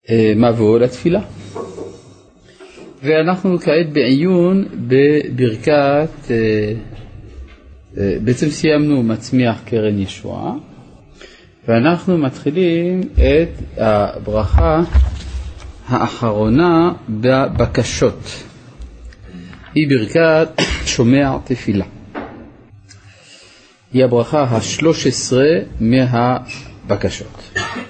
מבוא לתפילה. ואנחנו כעת בעיון בברכת, בעצם סיימנו מצמיח קרן ישועה, ואנחנו מתחילים את הברכה האחרונה בבקשות. היא ברכת שומע תפילה. היא הברכה ה-13 מהבקשות.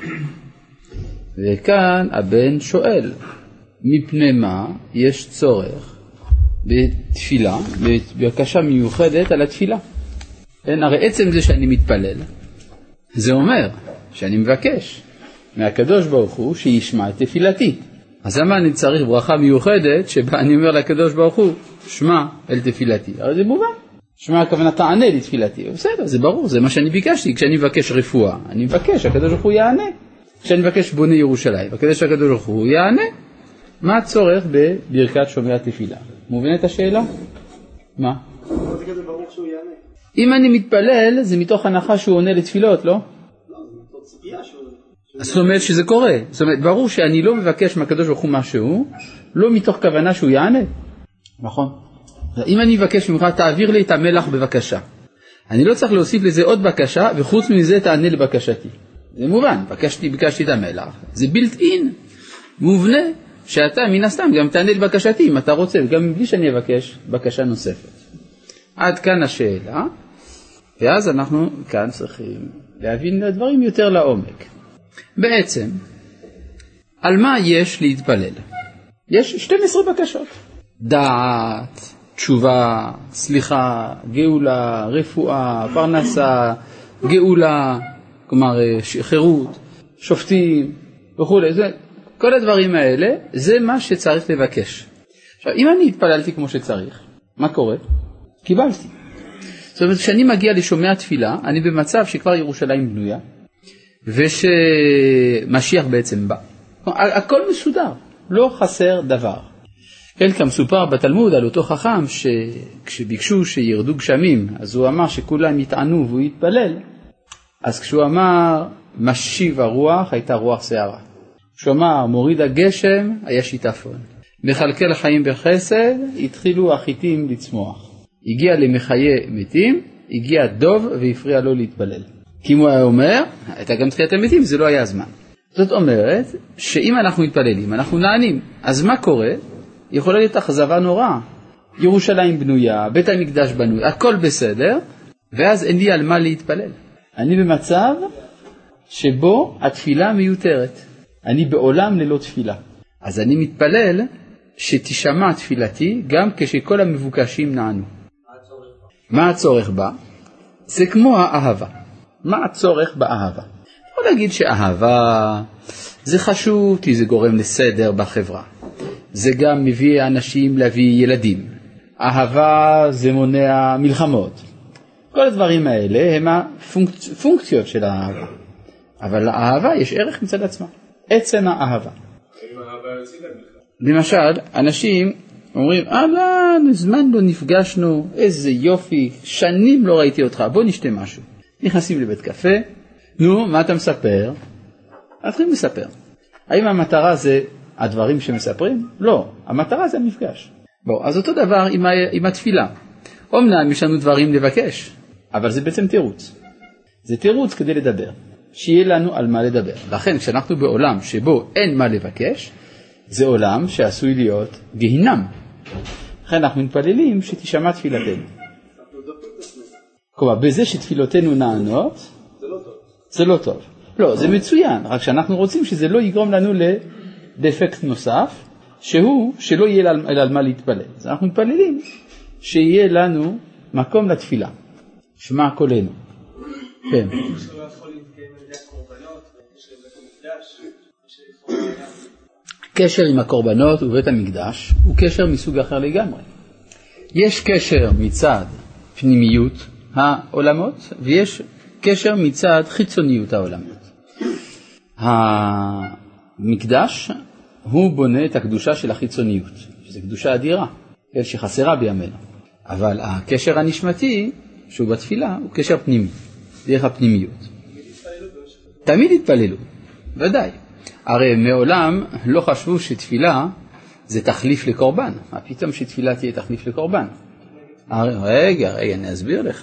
וכאן הבן שואל, מפני מה יש צורך בתפילה, בבקשה מיוחדת על התפילה? הרי עצם זה שאני מתפלל, זה אומר שאני מבקש מהקדוש ברוך הוא שישמע את תפילתי. אז למה אני צריך ברכה מיוחדת שבה אני אומר לקדוש ברוך הוא, שמע אל תפילתי? הרי זה מובן. שמע הכוונה תענה לתפילתי. בסדר, זה ברור, זה מה שאני ביקשתי. כשאני מבקש רפואה, אני מבקש, הקדוש ברוך הוא יענה. כשאני מבקש בונה ירושלים, הקדוש ברוך הוא יענה. מה הצורך בברכת שומע תפילה? מובנת השאלה? מה? אם אני מתפלל, זה מתוך הנחה שהוא עונה לתפילות, לא? לא, זה מתוך ציפייה שהוא עונה. זאת אומרת שזה קורה. זאת אומרת, ברור שאני לא מבקש מהקדוש ברוך הוא משהו, לא מתוך כוונה שהוא יענה. נכון? אם אני מבקש ממך, תעביר לי את המלח בבקשה. אני לא צריך להוסיף לזה עוד בקשה, וחוץ מזה תענה לבקשתי. זה מובן, ביקשתי את המלח. זה built in, מובנה, שאתה מן הסתם גם תענה לבקשתי, אם אתה רוצה, וגם בלי שאני אבקש בקשה נוספת. עד כאן השאלה, ואז אנחנו כאן צריכים להבין דברים יותר לעומק. בעצם, על מה יש להתפלל? יש 12 בקשות. דעת, תשובה, סליחה, גאולה, רפואה, פרנסה, גאולה, כלומר חירות, שופטים וכו'. כל הדברים האלה, זה מה שצריך לבקש. עכשיו, אם אני התפללתי כמו שצריך, מה קורה? קיבלתי. זאת אומרת, כשאני מגיע לשומע תפילה, אני במצב שכבר ירושלים בנויה, ושמשיח בעצם בא. הכל מסודר, לא חסר דבר. כן, כמסופר בתלמוד על אותו חכם, שכשביקשו שירדו גשמים, אז הוא אמר שכולם יתענו והוא יתפלל, אז כשהוא אמר משיב הרוח, הייתה רוח שערה. כשהוא אמר מוריד הגשם, היה שיטפון. מחלקל חיים בחסד, התחילו החיטים לצמוח. הגיע למחיי מתים, הגיע דוב והפריע לו להתפלל. כי אם הוא היה אומר, הייתה גם תחיית המתים, זה לא היה הזמן. זאת אומרת, שאם אנחנו מתפללים, אנחנו נענים. אז מה קורה? יכולה להיות אכזבה נוראה. ירושלים בנויה, בית המקדש בנוי, הכל בסדר, ואז אין לי על מה להתפלל. אני במצב שבו התפילה מיותרת. אני בעולם ללא תפילה. אז אני מתפלל שתשמע תפילתי גם כשכל המבוקשים נענו. מה הצורך בה? זה כמו האהבה. מה הצורך באהבה? יכול להגיד שאהבה זה חשוב כי זה גורם לסדר בחברה. זה גם מביא אנשים להביא ילדים. אהבה זה מונע מלחמות. כל הדברים האלה הם הפונקציות של האהבה. אבל לאהבה יש ערך מצד עצמה. עצם האהבה. למשל, אנשים אומרים, זמן לא נפגשנו, איזה יופי, שנים לא ראיתי אותך, בוא נשתה משהו. נכנסים לבית קפה, נו, מה אתה מספר? מתחילים לספר. האם המטרה זה הדברים שמספרים? לא, המטרה זה המפגש. בוא, אז אותו דבר עם התפילה. אומנם יש לנו דברים לבקש, אבל זה בעצם תירוץ. זה תירוץ כדי לדבר. שיהיה לנו על מה לדבר. לכן, כשאנחנו בעולם שבו אין מה לבקש, זה עולם שעשוי להיות גיהינם. לכן אנחנו מתפללים שתשמע תפילתנו. כלומר, בזה שתפילותינו נענות, זה לא טוב. לא, זה מצוין, רק שאנחנו רוצים שזה לא יגרום לנו לדפקט נוסף, שהוא שלא יהיה על מה להתפלל. אז אנחנו מתפללים שיהיה לנו מקום לתפילה. שמע קולנו. כן. קשר עם הקורבנות ובית המקדש הוא קשר מסוג אחר לגמרי. יש קשר מצד פנימיות העולמות ויש קשר מצד חיצוניות העולמות. המקדש הוא בונה את הקדושה של החיצוניות, שזו קדושה אדירה, שחסרה בימינו. אבל הקשר הנשמתי שהוא בתפילה הוא קשר פנימי, דרך הפנימיות. תמיד התפללו, ודאי. הרי מעולם לא חשבו שתפילה זה תחליף לקורבן. מה פתאום שתפילה תהיה תחליף לקורבן? רגע, אני אסביר לך.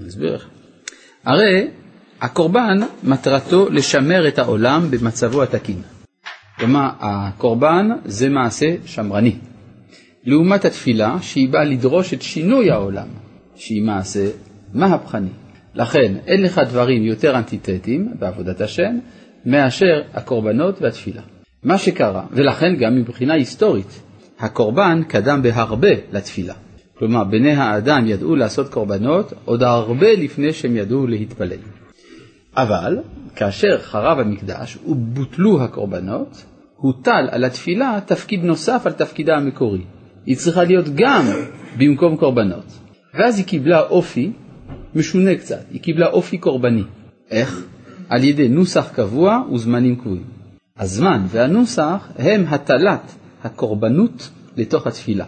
הרי הקורבן מטרתו לשמר את העולם במצבו התקין. כלומר, הקורבן זה מעשה שמרני. לעומת התפילה שהיא באה לדרוש את שינוי העולם, שהיא מעשה מהפכני. לכן אין לך דברים יותר אנטיתטיים בעבודת השם מאשר הקורבנות והתפילה. מה שקרה, ולכן גם מבחינה היסטורית, הקורבן קדם בהרבה לתפילה. כלומר, בני האדם ידעו לעשות קורבנות עוד הרבה לפני שהם ידעו להתפלל. אבל כאשר חרב המקדש ובוטלו הקורבנות, הוטל על התפילה תפקיד נוסף על תפקידה המקורי. היא צריכה להיות גם במקום קורבנות. ואז היא קיבלה אופי משונה קצת, היא קיבלה אופי קורבני. איך? על ידי נוסח קבוע וזמנים קבועים. הזמן והנוסח הם הטלת הקורבנות לתוך התפילה.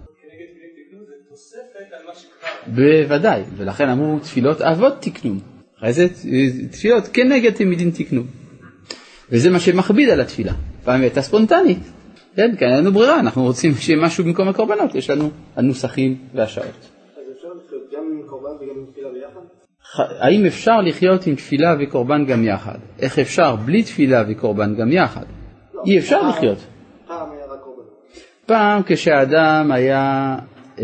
בוודאי, ולכן אמרו תפילות אבות תקנו. אחרי זה תפילות כנגד תמידים תקנו. וזה מה שמכביד על התפילה. פעם הייתה ספונטנית. כן, כי אין לנו ברירה, אנחנו רוצים שיהיה משהו במקום הקורבנות, יש לנו הנוסחים והשעות. אז אפשר לחיות גם עם קורבן וגם עם תפילה ביחד? האם אפשר לחיות עם תפילה וקורבן גם יחד? איך אפשר בלי תפילה וקורבן גם יחד? אי אפשר לחיות. פעם היה רק קורבן. פעם כשהאדם היה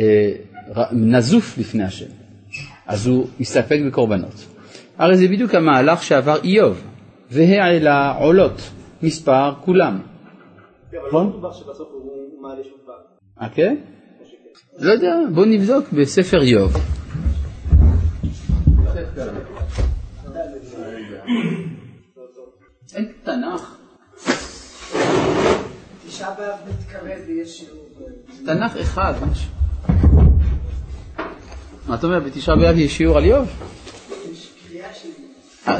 נזוף לפני השם, אז הוא הסתפק בקורבנות. הרי זה בדיוק המהלך שעבר איוב, והעלה עולות, מספר כולם. אבל לא מדובר שבסוף הוא מעלה שוב פעם. כן? לא יודע, בוא נבדוק בספר איוב. אין תנ"ך. תשעה באב מתקרב ויש שיעור. תנ"ך אחד. מה אתה אומר, בתשעה באב יש שיעור על איוב? יש קריאה שלי.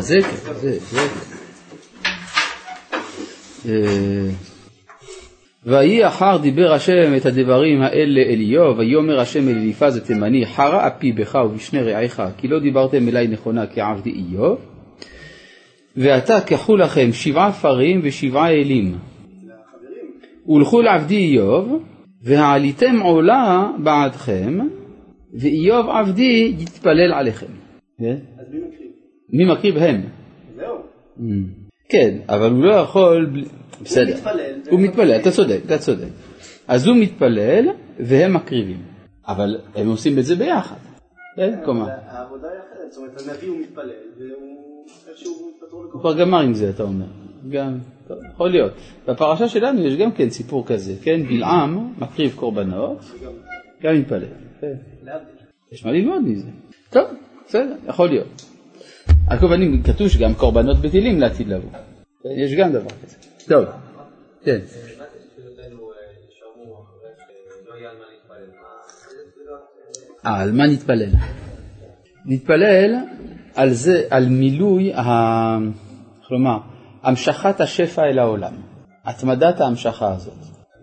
זה. ויהי אחר דיבר השם את הדברים האלה אל איוב, ויאמר השם אל אליפז התימני, חרה אפי בך ובשני רעיך, כי לא דיברתם אליי נכונה כעבדי איוב, ועתה קחו לכם 7 פרים ו7 אלים, ולכו לעבדי איוב, והעליתם עולה בעדכם, ואיוב עבדי יתפלל עליכם. אז מי מקריב? מי מקריב הם? זהו. כן, אבל הוא לא יכול... בסדר. הוא מתפלל, אתה צודק. אז הוא מתפלל והם מקריבים. אבל הם עושים את זה ביחד. העבודה היא אחרת, זאת אומרת, הנביא הוא מתפלל, והוא איכשהו מתפטרו לקרוב. הוא כבר גמר עם זה, אתה אומר. גם, יכול להיות. בפרשה שלנו יש גם כן סיפור כזה, כן? בלעם מקריב קורבנות, גם מתפלל. יש מה ללמוד מזה. טוב, בסדר, יכול להיות. הקורבנים כתוב שגם קורבנות בטילים לעתיד לבוא. יש גם דבר כזה. טוב, כן. על מה נתפלל? נתפלל על זה, על מילוי, כלומר, המשכת השפע אל העולם. התמדת ההמשכה הזאת.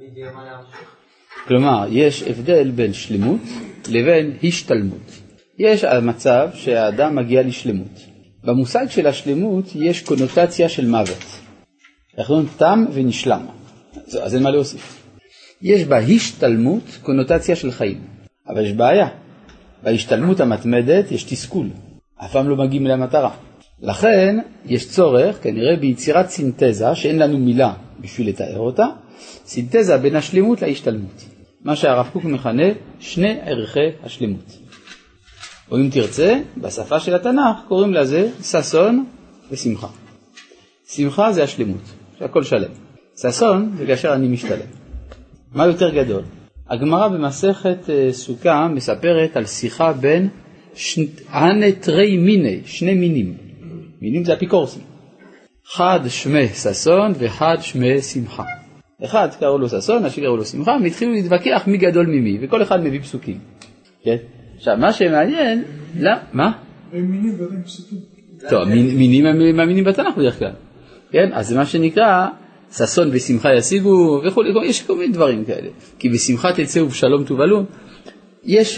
כלומר, יש הבדל בין שלמות לבין השתלמות. יש מצב שהאדם מגיע לשלמות. במושג של השלמות יש קונוטציה של מוות. אנחנו תם ונשלם. אז אין מה להוסיף. יש בה השתלמות קונוטציה של חיים. אבל יש בעיה. בהשתלמות המתמדת יש תסכול. אף פעם לא מגיעים למטרה. לכן יש צורך כנראה ביצירת סינתזה שאין לנו מילה בשביל לתאר אותה. סינתזה בין השלמות להשתלמות. מה שהרב קוק מכנה 2 ערכי השלמות. או אם תרצה, בשפה של התנ"ך קוראים לזה ששון ושמחה. שמחה זה השלמות, שהכל שלם. ששון זה כאשר אני משתלם. מה יותר גדול? הגמרא במסכת סוכה מספרת על שיחה בין הנטרי מיני, 2 מינים. מינים זה אפיקורסים. אחד שמי ששון ואחד שמי שמחה. אחד קראו לו ששון, השני קראו לו שמחה, הם התחילו להתווכח מי גדול ממי, וכל אחד מביא פסוקים. כן? עכשיו, מה שמעניין, מה? הם מינים ואתם פסוקים. טוב, מינים הם מאמינים בתנ"ך בדרך כלל. כן? אז זה מה שנקרא, ששון ושמחה ישיגו וכו', יש כל מיני דברים כאלה. כי בשמחה תצאו ובשלום תובלו. יש,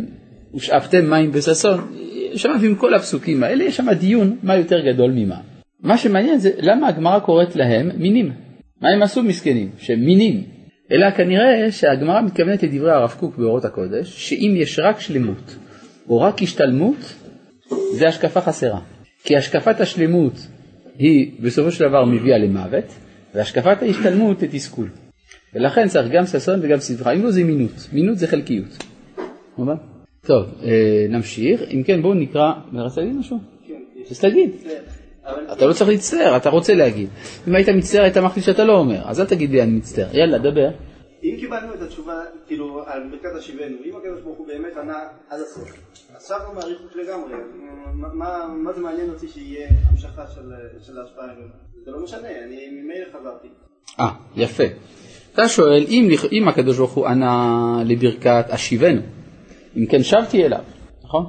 ושאבתם מים בששון, שם עם כל הפסוקים האלה, יש שם דיון מה יותר גדול ממה. מה שמעניין זה למה הגמרא קוראת להם מינים. מה הם עשו מסכנים? שהם מינים. אלא כנראה שהגמרא מתכוונת לדברי הרב קוק באורות הקודש, שאם יש רק שלמות או רק השתלמות, זה השקפה חסרה. כי השקפת השלמות היא בסופו של דבר מביאה למוות, והשקפת ההשתלמות לתסכול. ולכן צריך גם ששון וגם שמחה. אם לא זה מינות. מינות זה חלקיות. טוב, נמשיך. אם כן, בואו נקרא. מרצה להגיד משהו? כן. אז תגיד. אתה לא צריך להצטער, אתה רוצה להגיד. אם היית מצטער, היית מחליט שאתה לא אומר. אז אל תגיד לי אני מצטער. יאללה, דבר. אם קיבלנו את התשובה, כאילו, על ברכת השיבנו, אם הקדוש ברוך הוא באמת ענה עד הסוף, עכשיו הוא מעריכות לגמרי. מה זה מעניין אותי שיהיה המשכה של ההשפעה? זה לא משנה, אני ממילא חזרתי. יפה. אתה שואל, אם הקדוש ברוך הוא ענה לברכת השיבנו, אם כן שבתי אליו, נכון?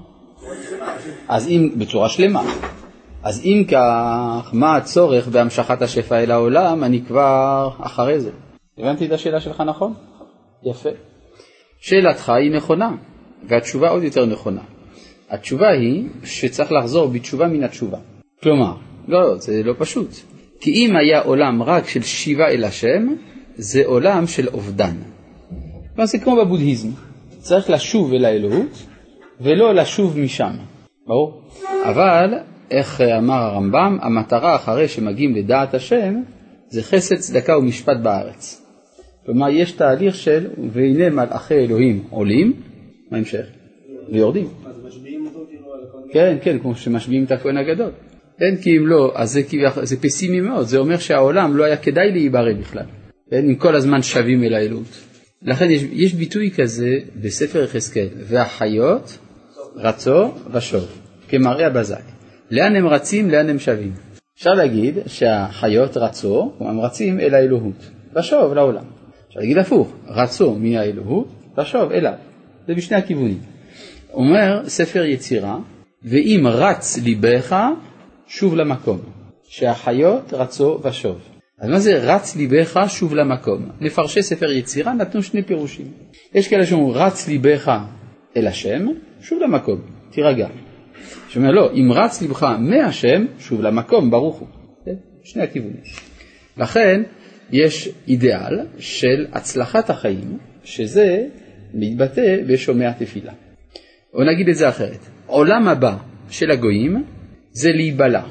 אז אם, בצורה שלמה. אז אם כך, מה הצורך בהמשכת השפע אל העולם? אני כבר אחרי זה. הבנתי את השאלה שלך נכון? יפה. שאלתך היא נכונה, והתשובה עוד יותר נכונה. התשובה היא שצריך לחזור בתשובה מן התשובה. כלומר, לא, זה לא פשוט. כי אם היה עולם רק של שיבה אל השם, זה עולם של אובדן. זה כמו בבודהיזם. צריך לשוב אל האלוהות, ולא לשוב משם. ברור? אבל, איך אמר הרמב"ם, המטרה אחרי שמגיעים לדעת השם, זה חסד, צדקה ומשפט בארץ. כלומר, יש תהליך של, והנה מלאכי אלוהים עולים, מה המשך? ויורדים. אז משביעים אותו כאילו על הכל? כן, כן, כמו שמשביעים את הכהן הגדול. כן, כי אם לא, אז זה פסימי מאוד, זה אומר שהעולם לא היה כדאי להיברא בכלל. כן, אם כל הזמן שווים אל האלוהות. לכן יש ביטוי כזה בספר יחזקאל, והחיות רצו ושוב, כמראה הבזק. לאן הם רצים, לאן הם שווים. אפשר להגיד שהחיות רצו, הם רצים אל האלוהות, ושוב לעולם. אפשר להגיד הפוך, רצו מן האלוהות, ושוב אליו. זה בשני הכיוונים. אומר ספר יצירה, ואם רץ ליבך, שוב למקום. שהחיות רצו ושוב. אז מה זה רץ ליבך, שוב למקום? לפרשי ספר יצירה נתנו שני פירושים. יש כאלה שאומרים, רץ ליבך אל השם, שוב למקום, תירגע. שאומר, לא, אם רץ ליבך מהשם, שוב למקום, ברוך הוא. שני הכיוונים. לכן, יש אידיאל של הצלחת החיים, שזה מתבטא בשומע תפילה. או נגיד את זה אחרת. עולם הבא של הגויים זה להיבלע.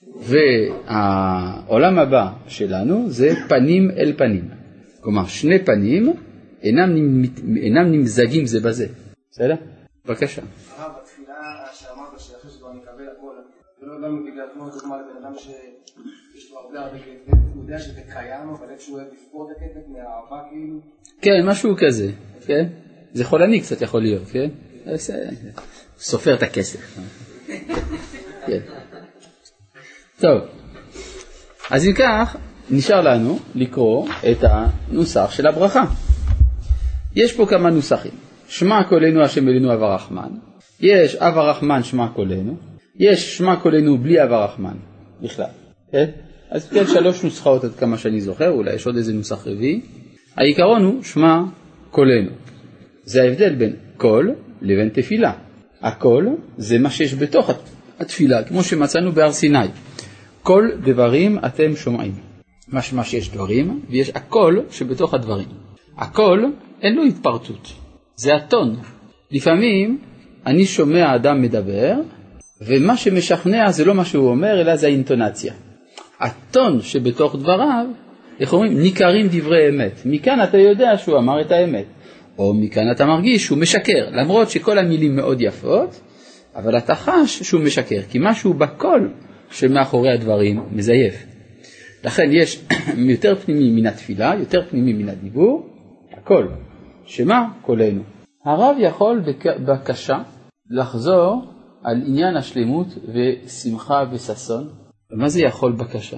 והעולם הבא שלנו זה פנים אל פנים. כלומר, שני פנים אינם נמזגים זה בזה. בסדר? בבקשה. בתפילה שאמרת שאחרי שכבר נקבל הכל, ולא גם בגלל כמו דוגמה לבן אדם שיש לו הרבה כתת, הוא יודע שזה קיים, אבל איפשהו אוהב לפקוד הכתת מהאהבה כאילו? כן, משהו כזה, כן? זה חולני קצת יכול להיות, כן? סופר את הכסף. כן. טוב, אז אם כך, נשאר לנו לקרוא את הנוסח של הברכה. יש פה כמה נוסחים. שמע קולנו השם אלינו אב הרחמן. יש אב הרחמן שמע קולנו. יש שמע קולנו בלי אב הרחמן בכלל. כן? אז כן, 3 נוסחאות עד כמה שאני זוכר, אולי יש עוד איזה נוסח רביעי. העיקרון הוא שמע קולנו. זה ההבדל בין קול לבין תפילה. הקול זה מה שיש בתוך התפילה, כמו שמצאנו בהר סיני. כל דברים אתם שומעים. משמע שיש דברים, ויש הקול שבתוך הדברים. הקול אין לו התפרטות. זה הטון. לפעמים אני שומע אדם מדבר, ומה שמשכנע זה לא מה שהוא אומר, אלא זה האינטונציה. הטון שבתוך דבריו, איך אומרים, ניכרים דברי אמת. מכאן אתה יודע שהוא אמר את האמת. או מכאן אתה מרגיש שהוא משקר, למרות שכל המילים מאוד יפות, אבל אתה חש שהוא משקר, כי משהו בקול שמאחורי הדברים מזייף. לכן יש יותר פנימי מן התפילה, יותר פנימי מן הדיבור, הקול. שמה? קולנו. הרב יכול בבקשה לחזור על עניין השלמות ושמחה וששון. ומה זה יכול בקשה?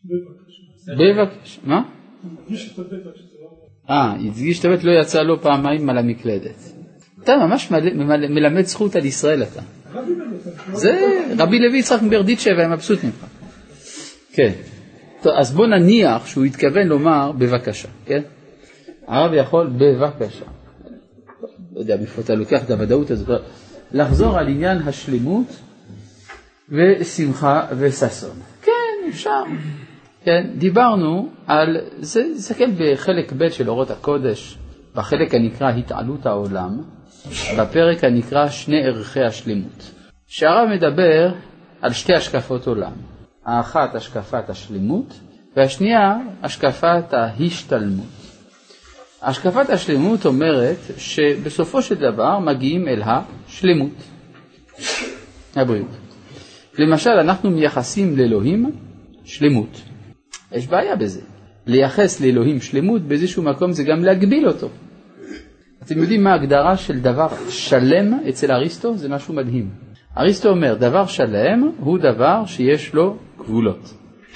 בבקשה. מה? הדגיש את הבטח שזה לא... הדגיש את הבטח לא יצא לו פעמיים על המקלדת. אתה ממש מלמד זכות על ישראל אתה. זה רבי לוי יצחק מברדיצ'ב, הם מבסוט ממך. כן. טוב, אז בוא נניח שהוא התכוון לומר בבקשה, כן? הרב יכול בבקשה. לא יודע, מאיפה אתה לוקח את הוודאות הזאת. לחזור על עניין השלמות ושמחה וששון. כן, אפשר. כן, דיברנו על, זה מסתכל בחלק ב' של אורות הקודש, בחלק הנקרא התעלות העולם, בפרק הנקרא שני ערכי השלמות. שהרב מדבר על שתי השקפות עולם. האחת השקפת השלמות, והשנייה השקפת ההשתלמות. השקפת השלמות אומרת שבסופו של דבר מגיעים אל השלמות, הבריאות. למשל, אנחנו מייחסים לאלוהים שלמות. יש בעיה בזה. לייחס לאלוהים שלמות באיזשהו מקום זה גם להגביל אותו. אתם יודעים מה ההגדרה של דבר שלם אצל אריסטו? זה משהו מדהים. אריסטו אומר, דבר שלם הוא דבר שיש לו גבולות.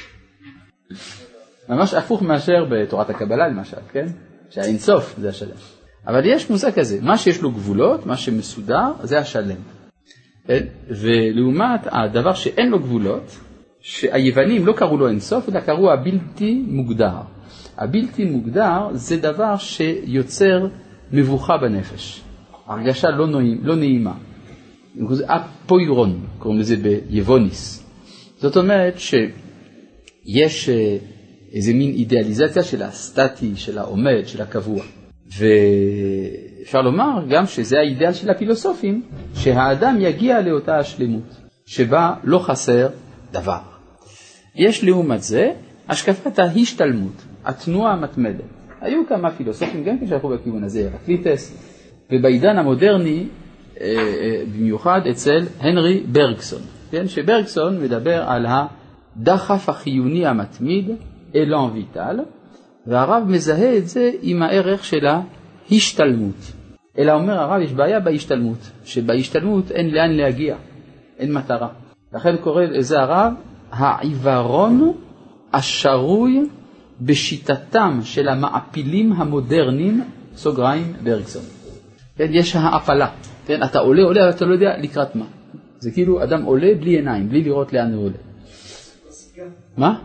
ממש הפוך מאשר בתורת הקבלה למשל, כן? שהאינסוף זה השלם. אבל יש מושג כזה, מה שיש לו גבולות, מה שמסודר, זה השלם. ולעומת הדבר שאין לו גבולות, שהיוונים לא קראו לו אינסוף, אלא קראו הבלתי מוגדר. הבלתי מוגדר זה דבר שיוצר מבוכה בנפש. הרגשה לא נעימה. זה אפוירון, קוראים לזה ביווניס. זאת אומרת שיש איזה מין אידיאליזציה של הסטטי, של העומד, של הקבוע. ואפשר לומר גם שזה האידאל של הפילוסופים, שהאדם יגיע לאותה השלמות, שבה לא חסר דבר. יש לעומת זה השקפת ההשתלמות, התנועה המתמדת. היו כמה פילוסופים גם כשהלכו בכיוון הזה, הרקליטס, ובעידן המודרני, במיוחד אצל הנרי ברגסון, כן? שברגסון מדבר על הדחף החיוני המתמיד, אלן ויטל, והרב מזהה את זה עם הערך של ההשתלמות. אלא אומר הרב, יש בעיה בהשתלמות, שבהשתלמות אין לאן להגיע, אין מטרה. לכן קורא לזה הרב, העיוורון השרוי בשיטתם של המעפילים המודרניים, סוגריים ברגסון. כן, יש העפלה, כן, אתה עולה, אבל אתה לא יודע לקראת מה. זה כאילו אדם עולה בלי עיניים, בלי לראות לאן הוא עולה. מה?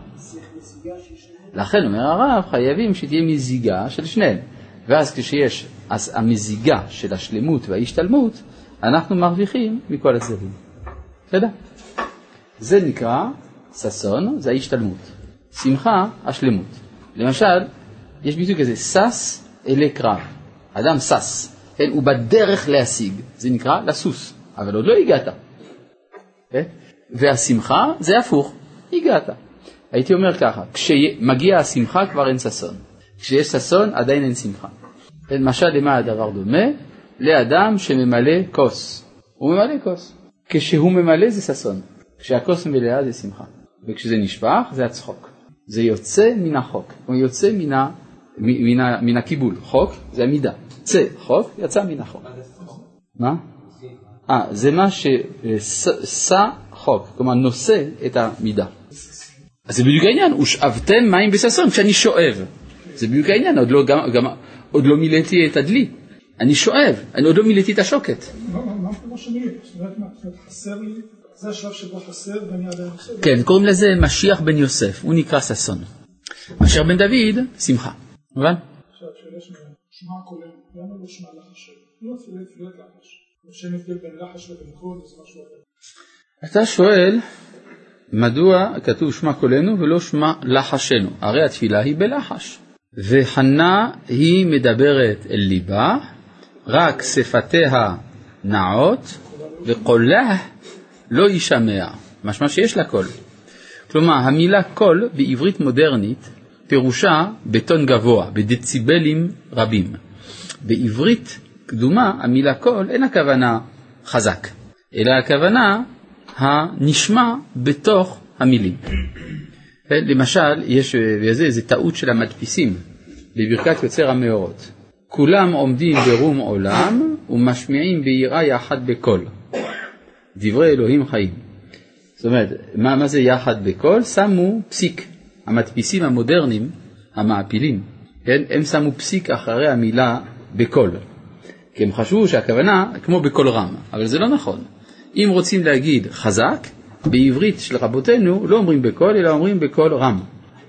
לכן אומר הרב, חייבים שתהיה מזיגה של שניהם. ואז כשיש המזיגה של השלמות וההשתלמות, אנחנו מרוויחים מכל הצדדים. בסדר? זה נקרא ששון, זה ההשתלמות. שמחה, השלמות. למשל, יש ביטוי כזה, סס אלי קרב. אדם סס, כן? הוא בדרך להשיג. זה נקרא לסוס, אבל עוד לא הגעת. כן? והשמחה זה הפוך, הגעת. הייתי אומר ככה, כשמגיע השמחה כבר אין ששון. כשיש ששון עדיין אין שמחה. למשל, למה הדבר דומה? לאדם שממלא כוס. הוא ממלא כוס. כשהוא ממלא זה ששון. כשהכוס מלאה זה שמחה. וכשזה נשפך זה הצחוק. זה יוצא מן החוק. הוא יוצא מן הקיבול. חוק זה המידה. צא חוק, יצא מן החוק. מה? זה מה ששא חוק. כלומר נושא את המידה. אז זה בדיוק העניין, ושאבתם מים בששון כשאני שואב. זה בדיוק העניין, עוד לא מילאתי את הדלי. אני שואב, אני עוד לא מילאתי את השוקת. מה שאני, זאת אומרת, חסר לי, זה השלב שבו חסר ואני עדיין חסר. כן, קוראים לזה משיח בן יוסף, הוא נקרא ששון. משיח בן דוד, שמחה. מובן? עכשיו, שיש שמה כולל, למה לא שמה לחש? לא אפילו לחש. שאין הבדל בין לחש לבין קול, זה משהו אחר. אתה שואל, מדוע כתוב שמה קולנו ולא שמה לחשנו? הרי התפילה היא בלחש. וחנה היא מדברת אל ליבה, רק שפתיה נעות, וקולה לא יישמע. משמע שיש לה קול. כלומר, המילה קול בעברית מודרנית פירושה בטון גבוה, בדציבלים רבים. בעברית קדומה, המילה קול אין הכוונה חזק, אלא הכוונה הנשמע בתוך המילים. למשל, יש איזה טעות של המדפיסים בברכת יוצר המאורות. כולם עומדים ברום עולם ומשמיעים ביראה יחד בקול. דברי אלוהים חיים. זאת אומרת, מה זה יחד בקול? שמו פסיק. המדפיסים המודרניים, המעפילים, כן? הם שמו פסיק אחרי המילה בקול. כי הם חשבו שהכוונה כמו בקול רם, אבל זה לא נכון. אם רוצים להגיד חזק, בעברית של רבותינו לא אומרים בקול, אלא אומרים בקול רם.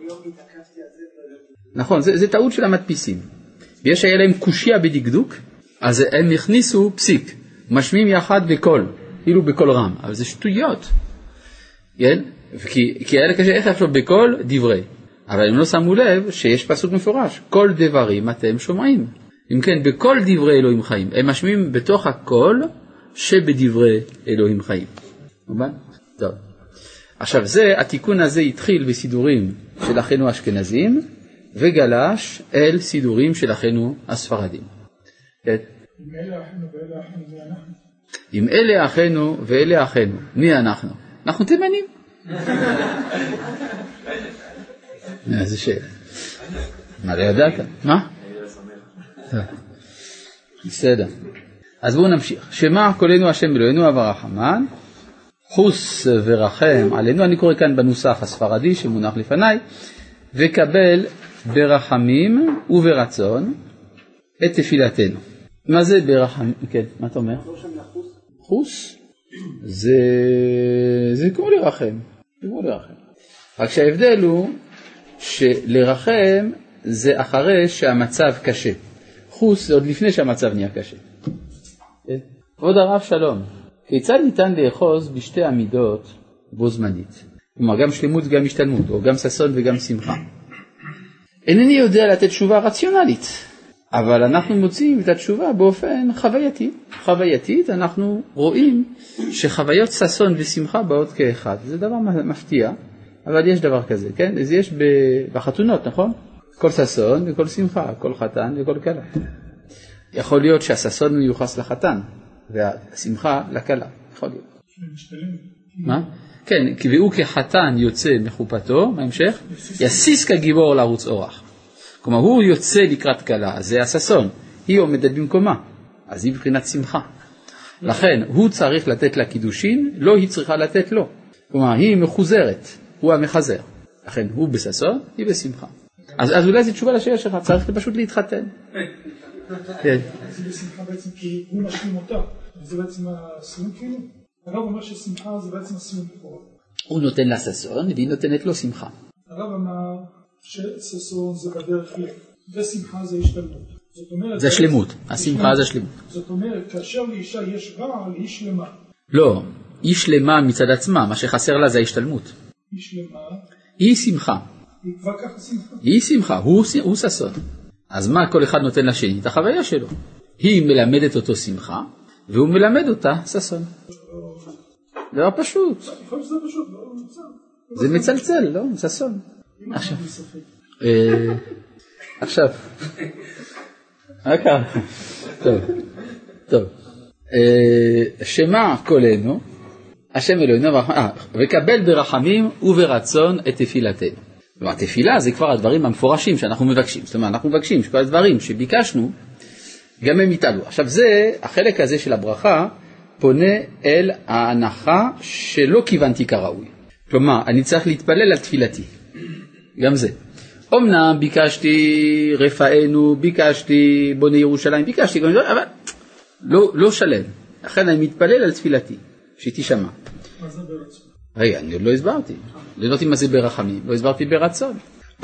נכון, זה טעות של המדפיסים. ויש היה להם קושיה בדקדוק, אז הם הכניסו פסיק, משמיעים יחד בקול, כאילו בקול רם, אבל זה שטויות. כן? כי היה קשה איך לחשוב בכל דברי, אבל הם לא שמו לב שיש פסוק מפורש, כל דברים אתם שומעים. אם כן, בכל דברי אלוהים חיים, הם משמיעים בתוך הכל שבדברי אלוהים חיים. טוב. עכשיו התיקון הזה התחיל בסידורים של אחינו האשכנזים, וגלש אל סידורים של אחינו הספרדים. אם אלה אחינו ואלה אחינו, מי אנחנו? אנחנו תימנים. איזה שאלה. מה, לא ידעת? מה? בסדר. אז בואו נמשיך. שמע קולנו השם אלוהינו ורחמן, חוס ורחם עלינו, אני קורא כאן בנוסח הספרדי שמונח לפניי, וקבל ברחמים וברצון את תפילתנו. מה זה ברחמים? כן, מה אתה אומר? חוס? זה כמו לרחם. רק שההבדל הוא שלרחם זה אחרי שהמצב קשה. חוס זה עוד לפני שהמצב נהיה קשה. כבוד הרב שלום, כיצד ניתן לאחוז בשתי עמידות בו זמנית? כלומר, גם שלמות וגם השתלמות, או גם ששון וגם שמחה. אינני יודע לתת תשובה רציונלית, אבל אנחנו מוצאים את התשובה באופן חווייתי. חווייתית אנחנו רואים שחוויות ששון ושמחה באות כאחד. זה דבר מפתיע, אבל יש דבר כזה, כן? אז יש בחתונות, נכון? כל ששון וכל שמחה, כל חתן וכל כלה. יכול להיות שהששון מיוחס לחתן, והשמחה לכלה. יכול להיות. מה? כן, והוא כחתן יוצא מחופתו, מה המשך? יסיס כגיבור לרוץ אורח. כלומר, הוא יוצא לקראת כלה, זה הששון. היא עומדת במקומה, אז היא בבחינת שמחה. לכן, הוא צריך לתת לה קידושין, לא היא צריכה לתת לו. כלומר, היא מחוזרת, הוא המחזר. לכן, הוא בששון, היא בשמחה. אז אולי זו תשובה לשאלה שלך, צריך פשוט להתחתן. כן. זה בשמחה בעצם כי הוא משלים אותה, זה בעצם הסיום כאילו. הרב אומר ששמחה זה בעצם הסיום בפורט. הוא נותן לה ששון, והיא נותנת לו שמחה. הרב אמר שששון זה בדרך לב, ושמחה זה השתלמות. זה שלמות, השמחה זה שלמות. זאת אומרת, כאשר לאישה יש רעל, היא שלמה. לא, היא שלמה מצד עצמה, מה שחסר לה זה ההשתלמות. היא שלמה. היא שמחה. היא כבר ככה שמחה. היא שמחה, הוא ששון. אז מה כל אחד נותן לשני? את החוויה שלו. היא מלמדת אותו שמחה, והוא מלמד אותה ששון. זה לא פשוט. יכול להיות שזה פשוט, לא מצל. זה מצלצל, לא? ששון. עכשיו. טוב. שמע קולנו, השם אלוהינו, וקבל ברחמים וברצון את תפילתנו. כלומר, תפילה זה כבר הדברים המפורשים שאנחנו מבקשים. זאת אומרת, אנחנו מבקשים שכל הדברים שביקשנו, גם הם יתעלו. עכשיו זה, החלק הזה של הברכה, פונה אל ההנחה שלא כיוונתי כראוי. כלומר, אני צריך להתפלל על תפילתי. גם זה. אמנם ביקשתי רפאנו, ביקשתי בוני ירושלים, ביקשתי, אבל לא שלם. לכן אני מתפלל על תפילתי, שתשמע. מה זה ברצון? רגע, אני עוד לא הסברתי. לא יודעתי מה זה ברחמים, לא הסברתי ברצון.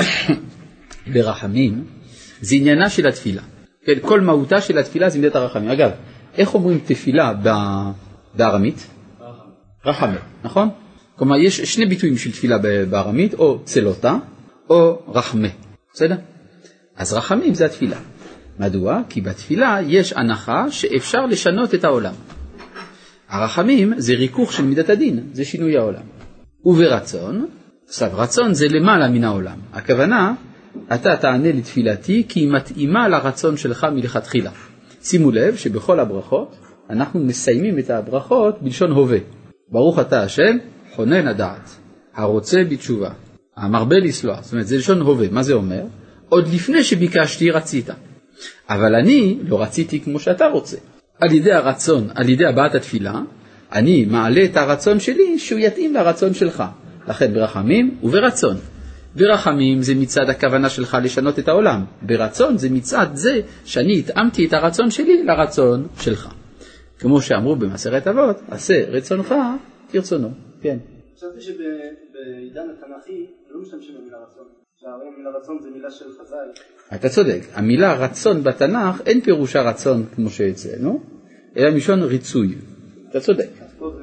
ברחמים זה עניינה של התפילה. כן, כל מהותה של התפילה זה מידת הרחמים. אגב, איך אומרים תפילה בארמית? רחמה, נכון? כלומר, יש שני ביטויים של תפילה בארמית, או צלותה, או רחמה. בסדר? אז רחמים זה התפילה. מדוע? כי בתפילה יש הנחה שאפשר לשנות את העולם. הרחמים זה ריכוך של מידת הדין, זה שינוי העולם. וברצון, עכשיו רצון זה למעלה מן העולם. הכוונה, אתה תענה לתפילתי כי היא מתאימה לרצון שלך מלכתחילה. שימו לב שבכל הברכות אנחנו מסיימים את הברכות בלשון הווה. ברוך אתה השם, חונן הדעת, הרוצה בתשובה, המרבה לסלוח. זאת אומרת, זה לשון הווה. מה זה אומר? עוד לפני שביקשתי רצית. אבל אני לא רציתי כמו שאתה רוצה. על ידי הרצון, על ידי הבעת התפילה, אני מעלה את הרצון שלי שהוא יתאים לרצון שלך. לכן ברחמים וברצון. ברחמים זה מצד הכוונה שלך לשנות את העולם. ברצון זה מצד זה שאני התאמתי את הרצון שלי לרצון שלך. כמו שאמרו במסכת אבות, עשה רצונך כרצונו. כן. חשבתי שבעידן התנ"כי לא משתמשים במילה רצון. שהמילה רצון זה מילה של חז"ל. אתה צודק. המילה רצון בתנ"ך אין פירושה רצון כמו שאצלנו, אלא משון ריצוי. אתה צודק.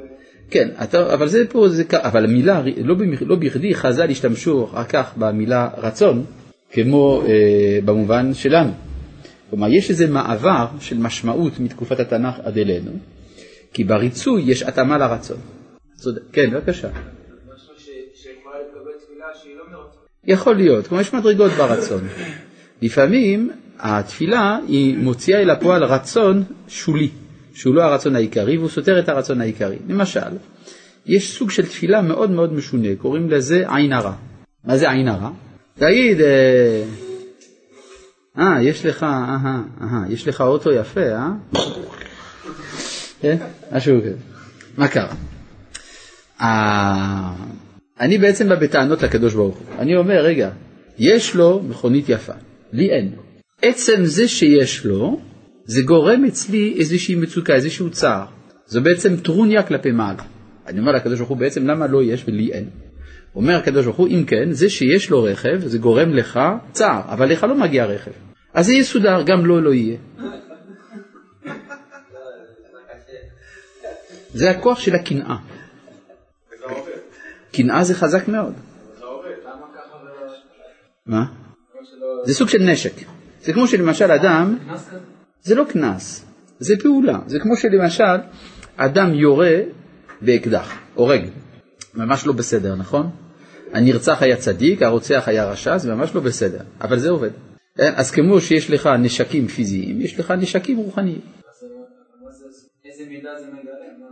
כן, אבל זה פה, אבל המילה, לא בכדי חז"ל השתמשו אחר כך במילה רצון, כמו במובן שלנו. כלומר, יש איזה מעבר של משמעות מתקופת התנ"ך עד אלינו, כי בריצוי יש התאמה לרצון. כן, בבקשה. משהו שיכולה לקבל תפילה שהיא לא מרצון. יכול להיות, כמו יש מדרגות ברצון. לפעמים התפילה היא מוציאה אל הפועל רצון שולי, שהוא לא הרצון העיקרי, והוא סותר את הרצון העיקרי. למשל, יש סוג של תפילה מאוד מאוד משונה, קוראים לזה עין הרע. מה זה עין הרע? תגיד, יש לך אוטו יפה, כן? משהו כזה. מה קרה? אני בעצם בא בטענות לקדוש ברוך הוא. אני אומר, רגע, יש לו מכונית יפה, לי אין. עצם זה שיש לו, זה גורם אצלי איזושהי מצוקה, איזשהו צער. זו בעצם טרוניה כלפי מעלה. אני אומר לקדוש ברוך הוא בעצם למה לא יש ולי אין. אומר הקדוש ברוך הוא, אם כן, זה שיש לו רכב, זה גורם לך צער, אבל לך לא מגיע רכב. אז זה יסודר, גם לא יהיה. זה הכוח של הקנאה. קנאה זה חזק מאוד. מה? זה סוג של נשק. זה כמו שלמשל אדם, זה לא כנס, זה פעולה. זה כמו שלמשל אדם יורה באקדח, הורג. ממש לא בסדר, נכון? הנרצח היה צדיק, הרוצח היה רשע, זה ממש לא בסדר. אבל זה עובד. אז כמו שיש לך נשקים פיזיים, יש לך נשקים רוחניים. איזה מידה זה מגלה?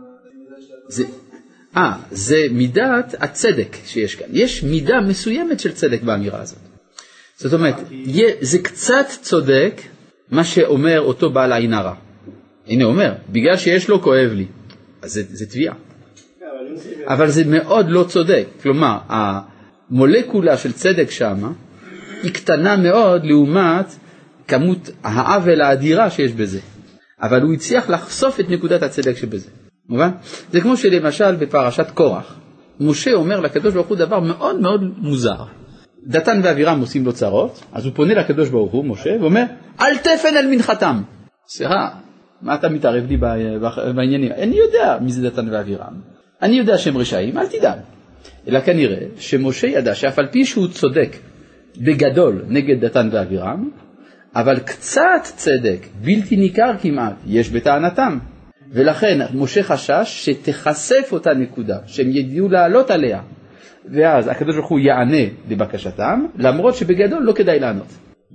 זה מידת הצדק שיש כאן. יש מידה מסוימת של צדק באמירה הזאת. זאת אומרת, זה קצת צודק מה שאומר אותו בעל עין הרע. הנה אומר, בגלל שיש לו כואב לי. אז זה תביעה. אבל זה מאוד לא צודק. כלומר, המולקולה של צדק שם היא קטנה מאוד לעומת כמות העוול האדירה שיש בזה. אבל הוא הצליח לחשוף את נקודת הצדק שבזה. מובן? זה כמו שלמשל בפרשת קורח. משה אומר לקדוש ברוך הוא דבר מאוד מאוד מוזר. דתן ואבירם עושים לו צרות, אז הוא פונה לקדוש ברוך הוא, משה, ואומר, אל תפן על מנחתם. סליחה, מה אתה מתערב לי בעניינים? אני יודע מי זה דתן ואבירם. אני יודע שהם רשעים, אל תדאג. אלא כנראה שמשה ידע שאף על פי שהוא צודק בגדול נגד דתן ואבירם, אבל קצת צדק, בלתי ניכר כמעט, יש בטענתם. ולכן משה חשש שתחשף אותה נקודה, שהם ידעו לעלות עליה. ואז הקדוש ברוך הוא יענה לבקשתם, למרות שבגדול לא כדאי לענות.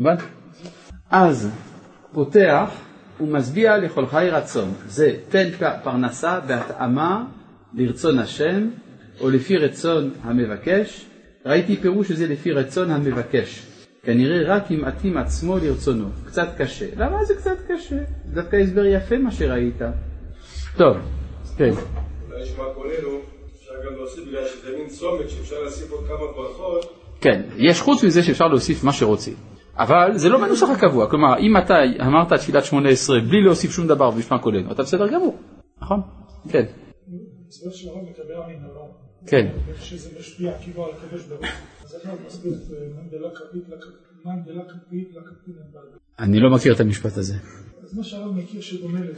אז פותח ומשביע לכל חי רצון. זה תן פרנסה בהתאמה לרצון השם, או לפי רצון המבקש. ראיתי פירוש שזה לפי רצון המבקש. כנראה רק אם מתאים עצמו לרצונו. קצת קשה. למה זה קצת קשה? זה דווקא הסבר יפה מה שראית. טוב, כן. אולי שמה כולנו, אפשר גם להוסיף בגלל שזה מין צומת שאפשר להוסיף עוד כמה ברכות. כן, יש חוץ מזה שאפשר להוסיף מה שרוצים. אבל זה לא מנוסח הקבוע. כלומר, אם אתה אמרת תפילת 18 בלי להוסיף שום דבר בשמה כולנו, אתה בסדר גמור. נכון? כן. מצוות של הרב מקבל עין הרע. כן. שזה משפיע כאילו על הקדוש ברוך הוא. אז איך אתה מסביר את מנדלה כפית לקפינן בלדה? אני לא מכיר את המשפט הזה. אז מה שהרב מכיר שדומה לזה.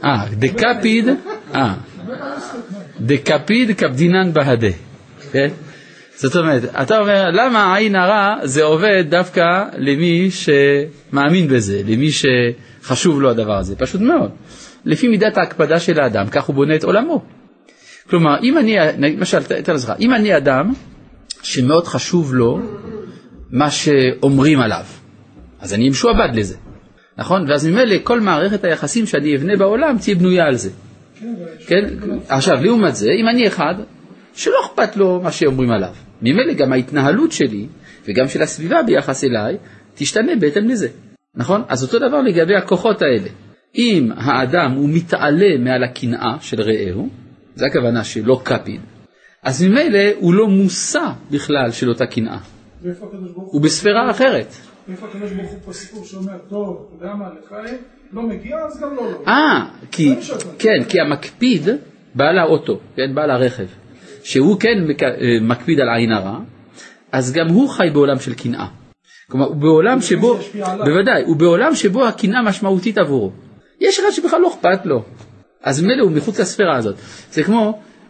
דקפיד קפדינן בהדה. כן? זאת אומרת, אתה אומר, למה עין הרע זה עובד דווקא למי שמאמין בזה, למי שחשוב לו הדבר הזה? פשוט מאוד. לפי מידת ההקפדה של האדם, כך הוא בונה את עולמו. כלומר, אם אני אדם שמאוד חשוב לו מה שאומרים עליו, אז אני משועבד לזה. נכון? ואז ממילא כל מערכת היחסים שאני אבנה בעולם תהיה בנויה על זה. כן? עכשיו, לעומת זה, אם אני אחד שלא אכפת לו מה שאומרים עליו, ממילא גם ההתנהלות שלי וגם של הסביבה ביחס אליי תשתנה בהתאם לזה. נכון? אז אותו דבר לגבי הכוחות האלה. אם האדם הוא מתעלה מעל הקנאה של רעהו, זה הכוונה שלא קפיד, אז ממילא הוא לא מושא בכלל של אותה קנאה. הוא בספירה אחרת. איפה הקדוש ברוך הוא פה סיפור שאומר, טוב, אתה יודע מה, לך לא מגיע, אז גם לא. כן, כי המקפיד, בעל האוטו, כן, בעל הרכב, שהוא כן מקפיד על עין הרע, אז גם הוא חי בעולם של קנאה. כלומר, הוא בעולם שבו, בוודאי, הוא בעולם שבו הקנאה משמעותית עבורו. יש אחד שבכלל לא אכפת לו. אז מילא הוא מחוץ לספירה הזאת. זה כמו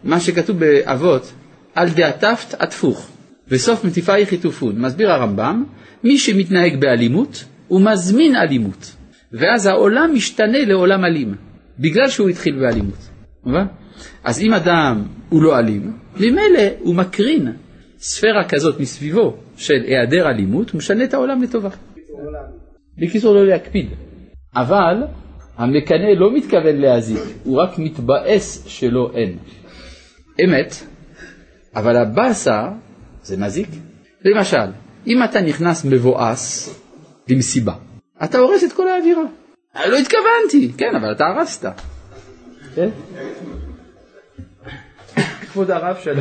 מה שכתוב באבות, על דעתפת עטפוך, וסוף מטיפי חיתופון. מסביר הרמב"ם, מי שמתנהג באלימות, הוא מזמין אלימות. ואז העולם משתנה לעולם אלים, בגלל שהוא התחיל באלימות. אז אם אדם הוא לא אלים, ממילא הוא מקרין ספירה כזאת מסביבו של היעדר אלימות, הוא משנה את העולם לטובה. בקיצור לא להקפיד. אבל המקנה לא מתכוון להזיק, הוא רק מתבאס שלא אין. אמת, אבל הבאסה זה מזיק. למשל, אם אתה נכנס מבואס למסיבה, אתה הורס את כל האווירה. לא התכוונתי, כן, אבל אתה הרסת. כן? כבוד הרב שלו.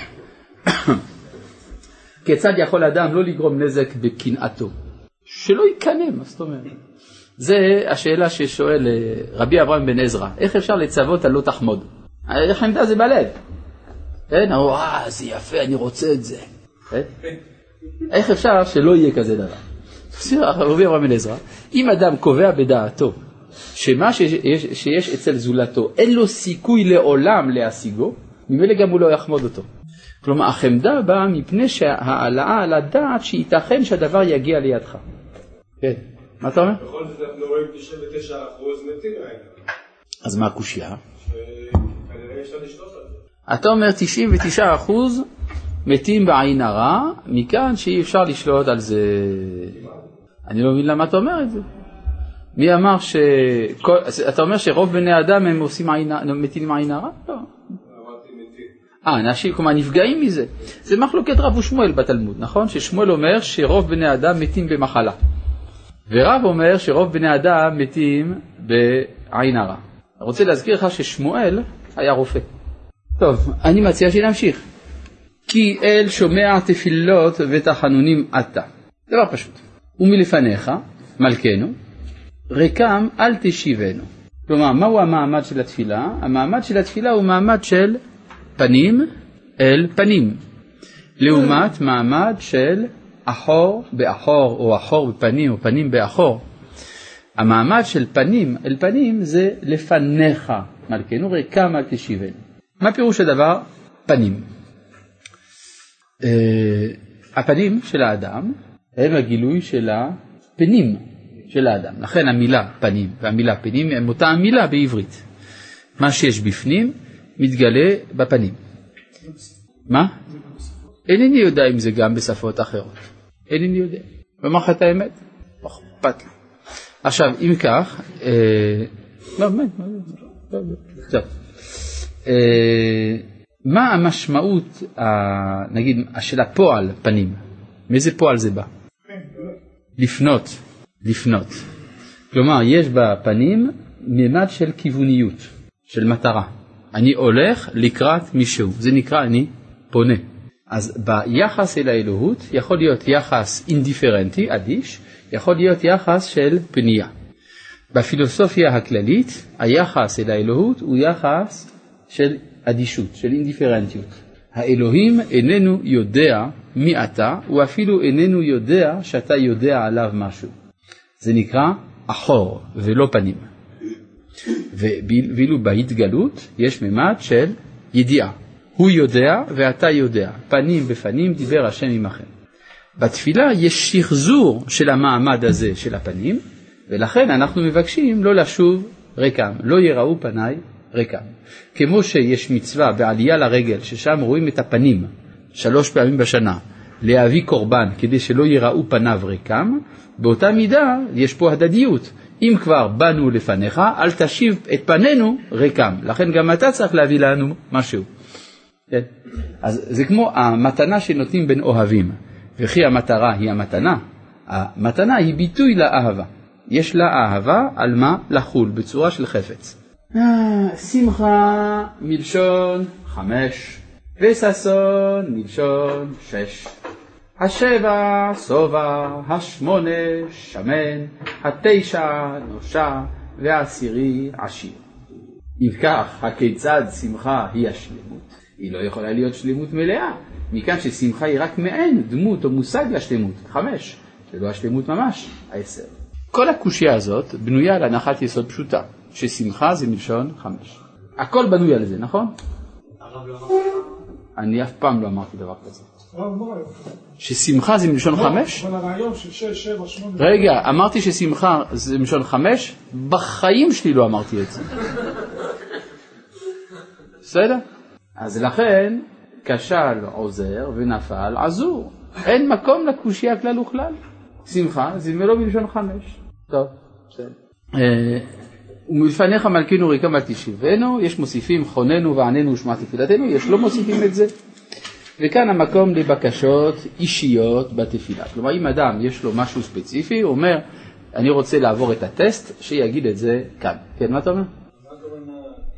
כיצד יכול אדם לא לגרום נזק בקנאתו? שלא יקנה, מה זאת אומרת? זה השאלה ששואל רבי אברהם בן עזרא. איך אפשר לצוות על לא תחמוד? איך עמדה זה בלב? כן? זה יפה, אני רוצה את זה. איך אפשר שלא יהיה כזה דבר? רבי אברהם בן עזרא, אם אדם קובע בדעתו שמה שיש אצל זולתו אין לו סיכוי לעולם להשיגו, ממילא גם הוא לא יחמוד אותו. כלומר, החמדה באה מפני שהעלאה על הדעת שייתכן שהדבר יגיע לידך. כן, מה אתה אומר? בכל זאת אנחנו רואים 99% מתים מהעין. אז מה הקושיה? שכנראה אפשר לשלוט על זה. אתה אומר 99% מתים בעין הרע, מכאן שאי אפשר לשלוט על זה. אני לא מבין למה אתה אומר את זה. מי אמר אתה אומר שרוב בני אדם הם מתים עם עין הרע? לא. אנשים כלומר נפגעים מזה. זה מחלוקת רב ושמואל בתלמוד, נכון? ששמואל אומר שרוב בני אדם מתים במחלה. ורב אומר שרוב בני אדם מתים בעין הרע. אני רוצה להזכיר לך ששמואל היה רופא. טוב, אני מציע שנמשיך. כי אל שומע תפילות ותחנונים אתה. דבר פשוט. ומלפניך, מלכנו, רקם אל תשיבנו. כלומר, מהו המעמד של התפילה? המעמד של התפילה הוא מעמד של פנים אל פנים. לעומת מעמד של אחור באחור, או אחור בפנים, או פנים באחור. המעמד של פנים אל פנים זה לפניך, מלכנו, רקם אל תשיבנו. מה פירוש הדבר? פנים. הפנים של האדם הם הגילוי של הפנים של האדם. לכן המילה פנים והמילה פנים הם אותה המילה בעברית. מה שיש בפנים מתגלה בפנים. מה? אינני יודע אם זה גם בשפות אחרות. אינני יודע. ומה חטא האמת? אכפת לי. עכשיו, אם כך, מה המשמעות, נגיד, של הפועל פנים? מאיזה פועל זה בא? לפנות. כלומר, יש בפנים ממד של כיווניות, של מטרה. אני הולך לקראת מישהו, זה נקרא אני פונה. אז ביחס אל האלוהות יכול להיות יחס אינדיפרנטי, אדיש, יכול להיות יחס של פנייה. בפילוסופיה הכללית, היחס אל האלוהות הוא יחס של אדישות, של אינדיפרנטיות. האלוהים איננו יודע מי אתה, הוא אפילו איננו יודע שאתה יודע עליו משהו. זה נקרא אחור ולא פנים. ואילו בהתגלות יש ממד של ידיעה. הוא יודע ואתה יודע. פנים בפנים דיבר השם עמכם. בתפילה יש שחזור של המעמד הזה של הפנים, ולכן אנחנו מבקשים לא לשוב ריקם, לא יראו פניי ריקם. כמו שיש מצווה בעלייה לרגל, ששם רואים את הפנים 3 פעמים בשנה, להביא קורבן כדי שלא יראו פניו ריקם, באותה מידה יש פה הדדיות. אם כבר באנו לפניך, אל תשיב את פנינו ריקם. לכן גם אתה צריך להביא לנו משהו. כן? אז זה כמו המתנה שנותנים בין אוהבים. וכי המטרה היא המתנה. המתנה היא ביטוי לאהבה. יש לה אהבה על מה לחול בצורה של חפץ. שמחה מלשון 5, וששון מלשון 6. 7 סובה, 8 שמן, 9 נושע, 10 עשיר. אם כך, הכיצד שמחה היא השלמות? היא לא יכולה להיות שלמות מלאה, מכאן ששמחה היא רק מעין דמות או מושג לשלמות. 5, זה לא השלמות ממש, 10. כל הקושיה הזאת בנויה על הנחת יסוד פשוטה, ששמחה זה מלשון 5. הכל בנוי על זה, נכון? אני אף פעם לא אמרתי דבר כזה. הרב, מה רעיון? ששמחה זה מלשון 5? אבל הרעיון של 6, 7, 8... רגע, אמרתי ששמחה זה מלשון 5? בחיים שלי לא אמרתי את זה. בסדר? אז לכן, כשל עוזר ונפל עזור. אין מקום לקושיה כלל וכלל. שמחה זה לא מלשון 5. טוב, בסדר. ומלפניך מלכינו ריקם אל תשיבנו, יש מוסיפים חוננו ועננו ושמע תפילתנו, יש לא מוסיפים את זה. וכאן המקום לבקשות אישיות בתפילה. כלומר, אם אדם יש לו משהו ספציפי, הוא אומר, אני רוצה לעבור את הטסט, שיגיד את זה כאן. כן, מה אתה אומר? מה הכוונה,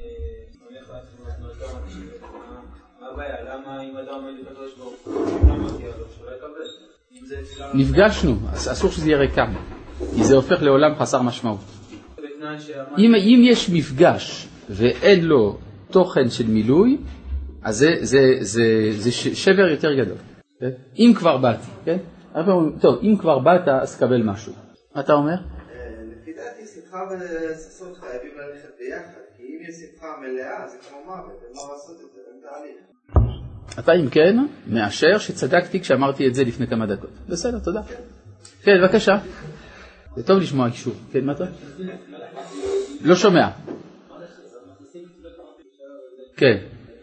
מה הבעיה? למה אם אדם עומד לקדוש ברוך הוא, למה מגיע לו? שאולי יקבל? נפגשנו, אסור שזה יהיה ריקם, כי זה הופך לעולם חסר משמעות. אם יש מפגש ואין לו תוכן של מילוי, אז זה שבר יותר גדול. אם כבר באתי, כן? טוב, אם כבר באת, אז קבל משהו. מה אתה אומר? לפי דעתי, שמחה וששון חייבים ללכת ביחד, כי אם יש שמחה מלאה, זה כמו מוות, אין מה לעשות את זה, אין תהליך. אתה אם כן, מאשר שצדקתי כשאמרתי את זה לפני כמה דקות. בסדר, תודה. כן, בבקשה. זה טוב לשמוע אישור. כן, מה אתה? לא שומע. כן.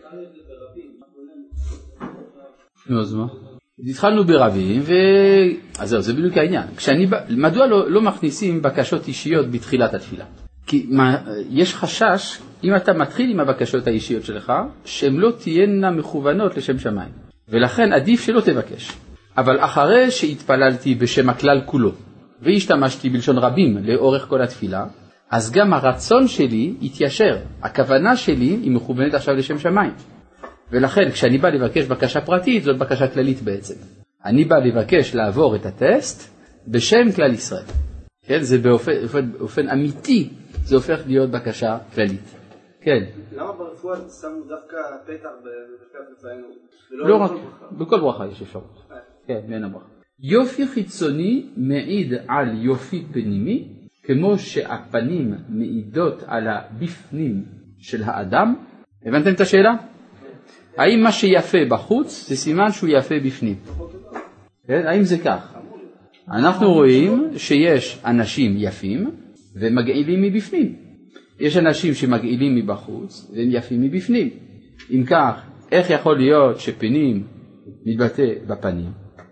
נו, אז מה? התחלנו ברבים, אז זהו, זה בדיוק העניין. מדוע לא מכניסים בקשות אישיות בתחילת התפילה? כי יש חשש, אם אתה מתחיל עם הבקשות האישיות שלך, שהן לא תהיינה מכוונות לשם שמיים. ולכן עדיף שלא תבקש. אבל אחרי שהתפללתי בשם הכלל כולו, והשתמשתי בלשון רבים לאורך כל התפילה, אז גם הרצון שלי יתיישר. הכוונה שלי היא מכוונת עכשיו לשם שמיים. ולכן כשאני בא לבקש בקשה פרטית, זאת בקשה כללית בעצם. אני בא לבקש לעבור את הטסט בשם כלל ישראל. כן? זה באופן אמיתי, זה הופך להיות בקשה כללית. כן. למה ברפואה שמו דווקא פתח בברכת רפאנו? לא רק, בכל ברכה יש אפשרות. כן, מעין הברכה. יופי חיצוני מעיד על יופי פנימי, כמו שהפנים מעידות על הבפנים של האדם. הבנתם את השאלה? האם מה שיפה בחוץ זה סימן שהוא יפה בפנים? כן? האם זה כך? אנחנו רואים שיש אנשים יפים ומגעילים מבפנים. יש אנשים שמגעילים מבחוץ והם יפים מבפנים. אם כך, איך יכול להיות שפנים מתבטא בפנים?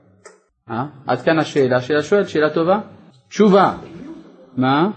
עד כאן השאלה של השואל, שאלה טובה. תשובה. מה?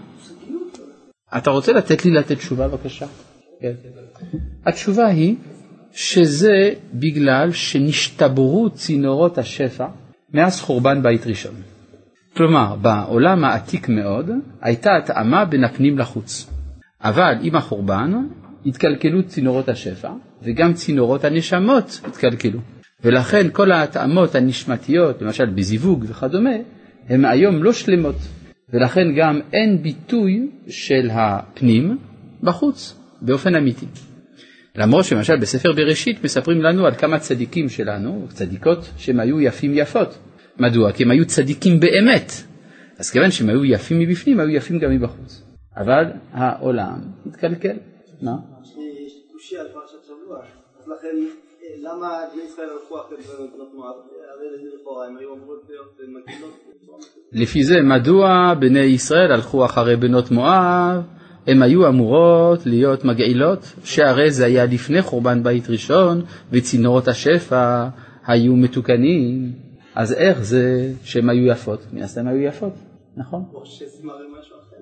אתה רוצה לתת לי לתת תשובה בבקשה? כן. התשובה היא שזה בגלל שנשתברו צינורות השפע מאז חורבן בית ראשון. כלומר, בעולם העתיק מאוד הייתה התאמה בין הפנים לחוץ. אבל עם החורבן התקלקלו צינורות השפע וגם צינורות הנשמות התקלקלו. ולכן כל ההתאמות הנשמתיות, למשל בזיווג וכדומה, הן היום לא שלמות. ולכן גם אין ביטוי של הפנים בחוץ, באופן אמיתי. למרות שמשל בספר בראשית מספרים לנו על כמה צדיקים שלנו, צדיקות, שהם היו יפים יפות. מדוע? כי הם היו צדיקים באמת. אז כיוון שהם היו יפים מבפנים, היו יפים גם מבחוץ. אבל העולם התקלקל. מה? יש קושי על פרשת שבוע. אז לכן, למה בני ישראל הלכו אחרי בנות מואב? הרי לכאורה הם היו אמורות להיות מגילות. לפי זה, מדוע בני ישראל הלכו אחרי בנות מואב? הם היו אמורות להיות מגעילות, שהרי זה היה לפני חורבן בית ראשון, וצינורות השפע היו מתוקנים. אז איך זה שהם היו יפות? מן הסתם היו יפות, נכון? או שסימרי משהו אחר,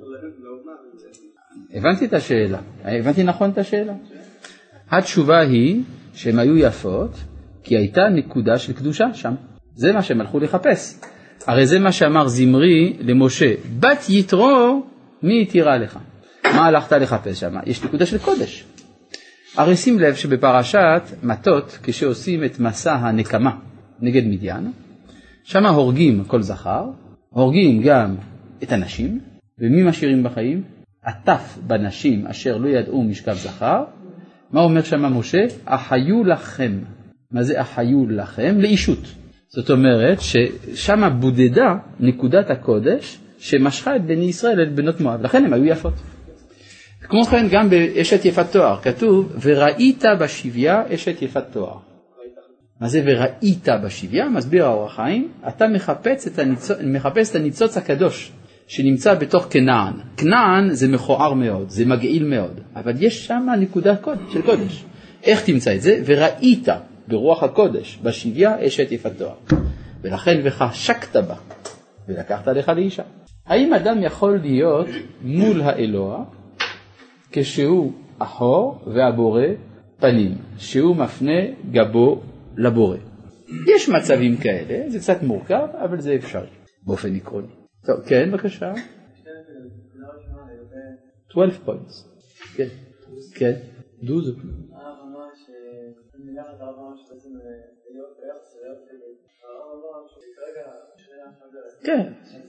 הבנתי את השאלה. הבנתי נכון את השאלה? התשובה היא שהם היו יפות, כי הייתה נקודה של קדושה שם. זה מה שהם הלכו לחפש. הרי זה מה שאמר זמרי למשה, בת יתרו מי יתירה לך? מה הלכת לחפש שם? יש נקודה של קודש. הרי שים לב שבפרשת מטות, כשעושים את מסע הנקמה נגד מדיין, שם הורגים כל זכר, הורגים גם את הנשים, ומי משאירים בחיים? עטף בנשים אשר לא ידעו משכב זכר. מה אומר שם משה? אחיו לכם. מה זה אחיו לכם? לאישות. זאת אומרת ששם בודדה נקודת הקודש שמשכה את בני ישראל אל בנות מואב, לכן הם היו יפות. כמו כן גם באשת יפת תואר כתוב וראית בשביה אשת יפת תואר. מה זה וראית בשביה? מסביר האור החיים, אתה מחפש את הניצוץ הקדוש שנמצא בתוך כנען. כנען זה מכוער מאוד, זה מגעיל מאוד, אבל יש שם נקודה של קודש. איך תמצא את זה? וראית ברוח הקודש בשביה אשת יפת תואר. ולכן וחשקת בה ולקחת לך לאישה. האם אדם יכול להיות מול האלוה כשהוא אחור והבורא פנים, שהוא מפנה גבו לבורא? יש מצבים כאלה, זה קצת מורכב, אבל זה אפשרי באופן עקרוני. טוב, כן, בבקשה. 12 points. כן, כן. דו זה. כן.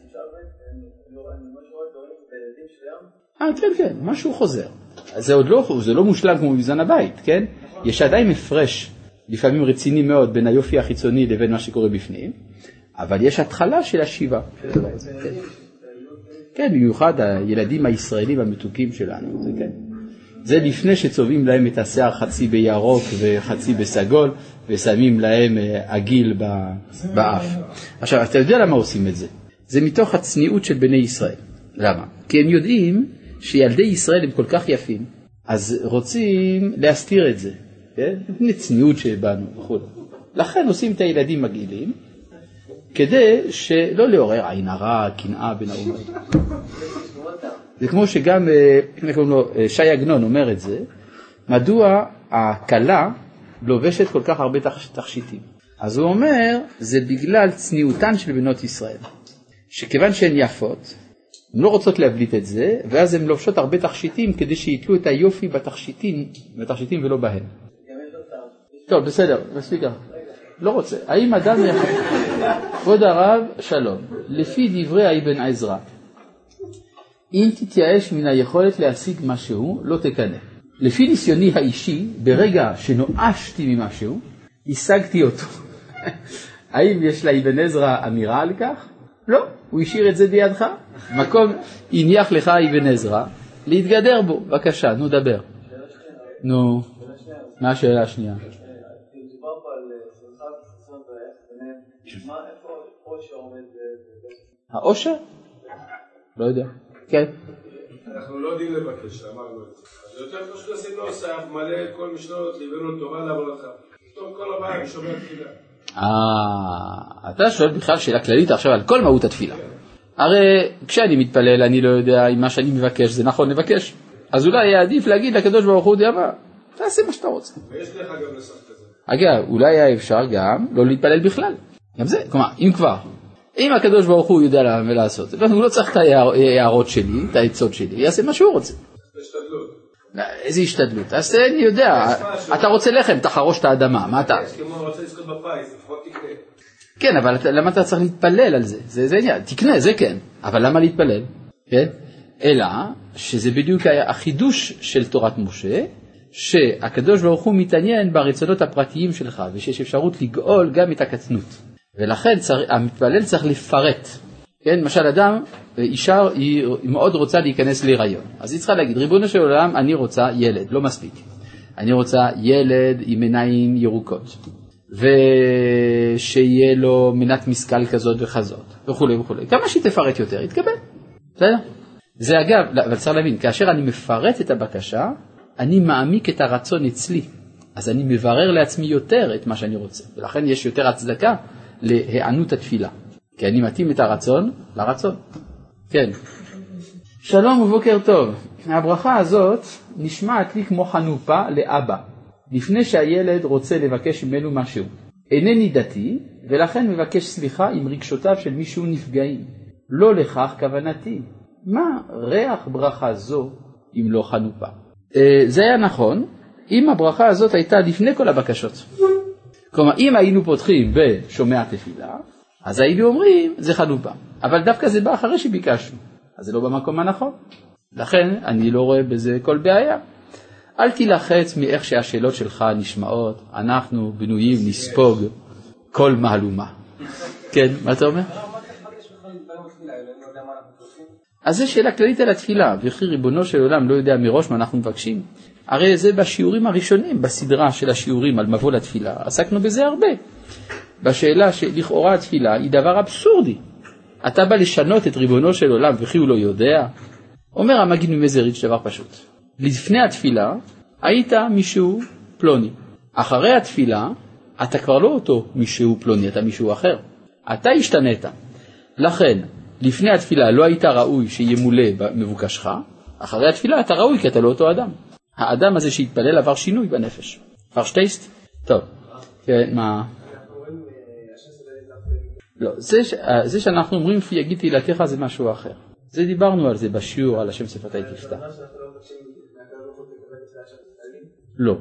כן, כן, משהו חוזר. זה לא מושלם כמו במזן הבית, כן? יש עדיין מפרש, לפעמים רציני מאוד, בין היופי החיצוני לבין מה שקורה בפנים, אבל יש התחלה של השיבה. כן, במיוחד הילדים הישראלים המתוקים שלנו, זה כן. זה לפני שצובעים להם את השיער חצי בירוק וחצי בסגול, ושמים להם עגיל באף. עכשיו, אתה יודע למה עושים את זה? זה מתוך הצניעות של בני ישראל. למה? כי הם יודעים שילדי ישראל הם כל כך יפים, אז רוצים להסתיר את זה, כן? לפני צניעות שבאנו וכו'. לכן עושים את הילדים מגעילים, כדי שלא לעורר עין הרע, קנאה בין האומות. זה כמו שגם שי עגנון אומר את זה, מדוע הכלה לובשת כל כך הרבה תכשיטים. אז הוא אומר, זה בגלל צניעותן של בנות ישראל, שכיוון שהן יפות, הן לא רוצות להבליט את זה, ואז הן לובשות הרבה תכשיטים כדי שיתלו את היופי בתכשיטים ולא בהן. טוב, בסדר, מספיק. לא רוצה. האם אדם יכול? כבוד הרב, שלום. לפי דברי אבן עזרא, אם תתייאש מן היכולת להשיג משהו, לא תקנא. לפי ניסיוני האישי, ברגע שנואשתי ממשהו, השגתי אותו. האם יש לאבן עזרא אמירה על כך? לא, הוא השאיר את זה בידך. מקום הניח לך אבן עזרא, להתגדר בו. בבקשה, נו דבר. נו, מה השאלה השנייה? האושר? לא יודע. כן. אנחנו לא יודעים לבקש, אמרנו את זה. זה יותר פשוט לשים לו סף מלא, כל משנות, ליבנו תורה לעבודתך. פתאום כל הבאה, אני שומע תפילה. אתה שואל בכלל שאלה כללית עכשיו על כל מהות התפילה. הרי כשאני מתפלל, אני לא יודע אם מה שאני מבקש זה נכון לבקש. אז אולי יהיה עדיף להגיד לקדוש ברוך הוא דימה, תעשה מה שאתה רוצה. ויש לך גם נסח כזה. אגב, אולי היה אפשר גם לא להתפלל בכלל. גם זה, כלומר, אם כבר. אם הקדוש ברוך הוא יודע מה לעשות, הוא לא צריך את ההערות שלי, את העצות שלי, יעשה מה שהוא רוצה. השתדלות. איזה השתדלות? אז אני יודע, אתה רוצה לחם, תחרוש את האדמה, מה אתה? יש כמו רוצה לזכות בפיס, לפחות תקנה. כן, אבל למה אתה צריך להתפלל על זה? זה עניין, תקנה, זה כן, אבל למה להתפלל? כן? אלא שזה בדיוק החידוש של תורת משה, שהקדוש ברוך הוא מתעניין ברצונות הפרטיים שלך, ושיש אפשרות לגאול גם את הקטנות. ולכן המתפלל צריך לפרט. כן, למשל אדם, אישה היא מאוד רוצה להיכנס להיריון. אז היא צריכה להגיד, ריבונו של עולם, אני רוצה ילד, לא מספיק. אני רוצה ילד עם עיניים ירוקות. ושיהיה לו מנת משכל כזאת וכזאת, וכו' וכו'. כמה שהיא תפרט יותר, יתקבל. בסדר? זה אגב, אבל צריך להבין, כאשר אני מפרט את הבקשה, אני מעמיק את הרצון אצלי. אז אני מברר לעצמי יותר את מה שאני רוצה. ולכן יש יותר הצדקה להיענות התפילה. כי אני מתאים את הרצון לרצון. כן. שלום ובוקר טוב. הברכה הזאת נשמעת לי כמו חנופה לאבא. לפני שהילד רוצה לבקש ממנו משהו. אינני דתי, ולכן מבקש סליחה עם רגשותיו של מישהו נפגעים. לא לכך כוונתי. מה ריח ברכה זו אם לא חנופה? זה היה נכון, אם הברכה הזאת הייתה לפני כל הבקשות. כלומר, אם היינו פותחים בשומע תפילה, אז היינו אומרים, זה חנופה. אבל דווקא זה בא אחרי שביקשנו. אז זה לא במקום הנכון. לכן, אני לא רואה בזה כל בעיה. אל תלחץ מאיך שהשאלות שלך נשמעות. אנחנו בנויים לספוג כל מהלומה. כן, מה אתה אומר? אז זו שאלה כללית על התפילה, וכי ריבונו של עולם לא יודע מראש מה אנחנו מבקשים. הרי זה בשיעורים הראשונים, בסדרה של השיעורים על מבוא לתפילה, עסקנו בזה הרבה. בשאלה שלכאורה התפילה היא דבר אבסורדי. אתה בא לשנות את ריבונו של עולם וכי הוא לא יודע? אומר המגיד ממזריץ' דבר פשוט. לפני התפילה היית מישהו פלוני. אחרי התפילה אתה כבר לא אותו מישהו פלוני, אתה מישהו אחר. אתה השתנית. לכן, לפני התפילה לא היית ראוי שימולא במבוקשך, אחרי התפילה אתה ראוי כי אתה לא אותו אדם. האדם הזה שהתפלל עבר שינוי בנפש. פרשטייסט? טוב. כן, מה? לא, זה שאנחנו אומרים פי יגיד תהילתך זה משהו אחר. זה דיברנו על זה בשיעור על השם שפתי תפתח. לא.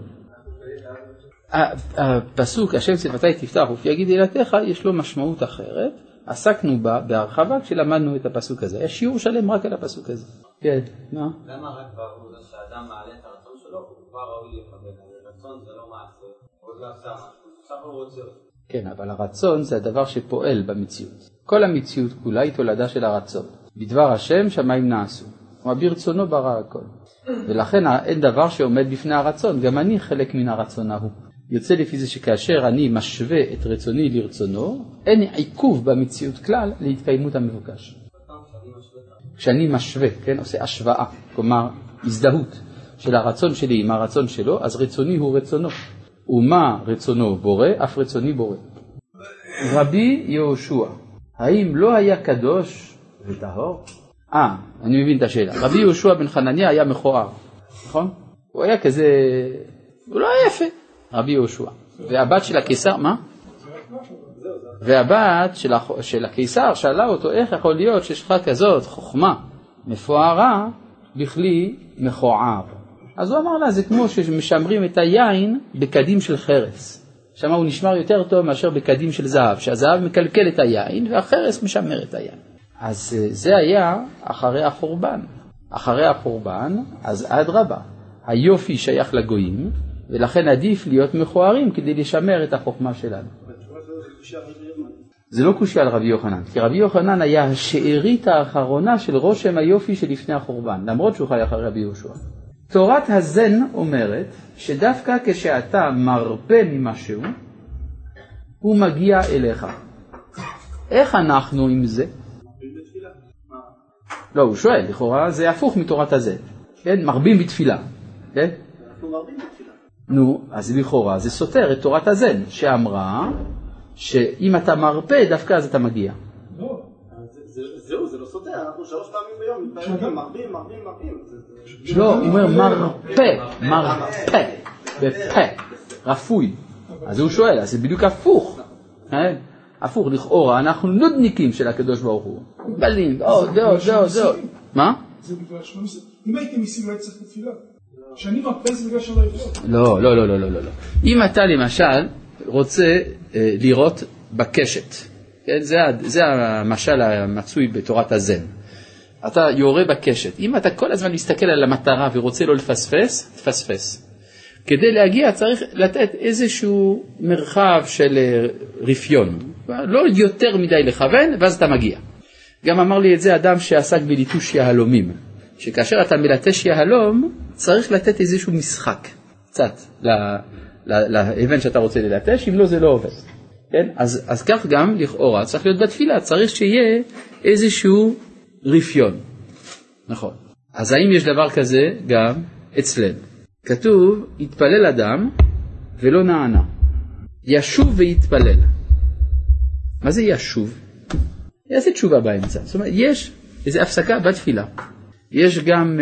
הפסוק השם שפתי תפתח ופי יגיד תהילתך יש לו משמעות אחרת. עסקנו בה בהרחבה כשלמדנו את הפסוק הזה. יש שיעור שלם רק על הפסוק הזה. כן, מה? למה רק בעבודה שהאדם מעלה את הרצון שלו הוא כבר ראוי לקבל? הרצון זה לא מעשה, עוד לא עשה משהו, עכשיו הוא רוצה. כן, אבל הרצון זה הדבר שפועל במציאות. כל המציאות כולה היא תולדה של הרצון. בדבר השם שמיים נעשו. וברצונו ברא הכל. ולכן אין דבר שעומד בפני הרצון. גם אני חלק מן הרצון ההוא. יוצא לפי זה שכאשר אני משווה את רצוני לרצונו, אין עיכוב במציאות כלל להתקיימות המבוקש. כשאני משווה, כן, עושה השוואה, כלומר הזדהות של הרצון שלי עם הרצון שלו, אז רצוני הוא רצונו. ומה רצונו בורא, אף רצוני בורא. רבי יהושע, האם לא היה קדוש וטהור? אני מבין את השאלה. רבי יהושע בן חנניה היה מכוער, נכון? הוא היה כזה, הוא לא היה יפה. רבי יהושע. והבת של הקיסר, מה? והבת של הקיסר שאלה אותו, איך יכול להיות שיש לך כזאת חוכמה מפוארה בכלי מכוער? אז הוא אמר לה, זה כמו שמשמרים את היין בקדים של חרס. שמה הוא נשמר יותר טוב מאשר בקדים של זהב, שהזהב מקלקל את היין והחרס משמר את היין. אז זה היה אחרי החורבן. אחרי החורבן, אז עד רבה. היופי שייך לגויים, ולכן עדיף להיות מכוערים כדי לשמר את החוכמה שלנו. זה לא קושי על רבי יוחנן, כי רבי יוחנן היה השארית האחרונה של רושם היופי שלפני החורבן, למרות שהוא חי אחרי רבי יהושע. תורת הזן אומרת שדווקא כשאתה מרפא ממשהו, הוא מגיע אליך. איך אנחנו עם זה? לא, הוא שואל, לכאורה זה הפוך מתורת הזן. כן? מרבים בתפילה. כן? אנחנו מרבים בתפילה. נו, אז לכאורה זה סותר את תורת הזן, שאמרה שאם אתה מרפא, דווקא אז אתה מגיע. לא. זהו, זה לא סותר, אנחנו 3 פעמים ביום, מרבים. לא, הוא אומר מרפא, בפה, רפוי. אז הוא שואל, אז זה בדיוק הפוך. הפוך, לכאורה, אנחנו נודניקים של הקדוש ברוך הוא. בלים, זהו. מה? זה בגלל שלא מסתכל. אם הייתי מיסים לא הייתי צריך בתפילה. שאני מרפס בגלל שלא יפות. לא. אם אתה למשל רוצה לראות בקשת, כן? זה המשל המצוי בתורת הזן. אתה יורה בקשת. אם אתה כל הזמן מסתכל על המטרה ורוצה לא לפספס, תפספס. כדי להגיע צריך לתת איזשהו מרחב של רפיון. לא יותר מדי לכוון, ואז אתה מגיע. גם אמר לי את זה אדם שעסק בליטוש יהלומים. שכאשר אתה מלטש יהלום, צריך לתת איזשהו משחק. קצת. לאבן שאתה רוצה ללטש, אם לא זה לא עובד. כן? אז כך גם לכאורה צריך להיות בתפילה, צריך שיהיה איזשהו רפיון. נכון. אז האם יש דבר כזה גם אצלנו? כתוב, יתפלל אדם ולא נענה. ישוב ויתפלל. מה זה ישוב? יעשה תשובה באמצע. זאת אומרת, יש איזו הפסקה בתפילה. יש גם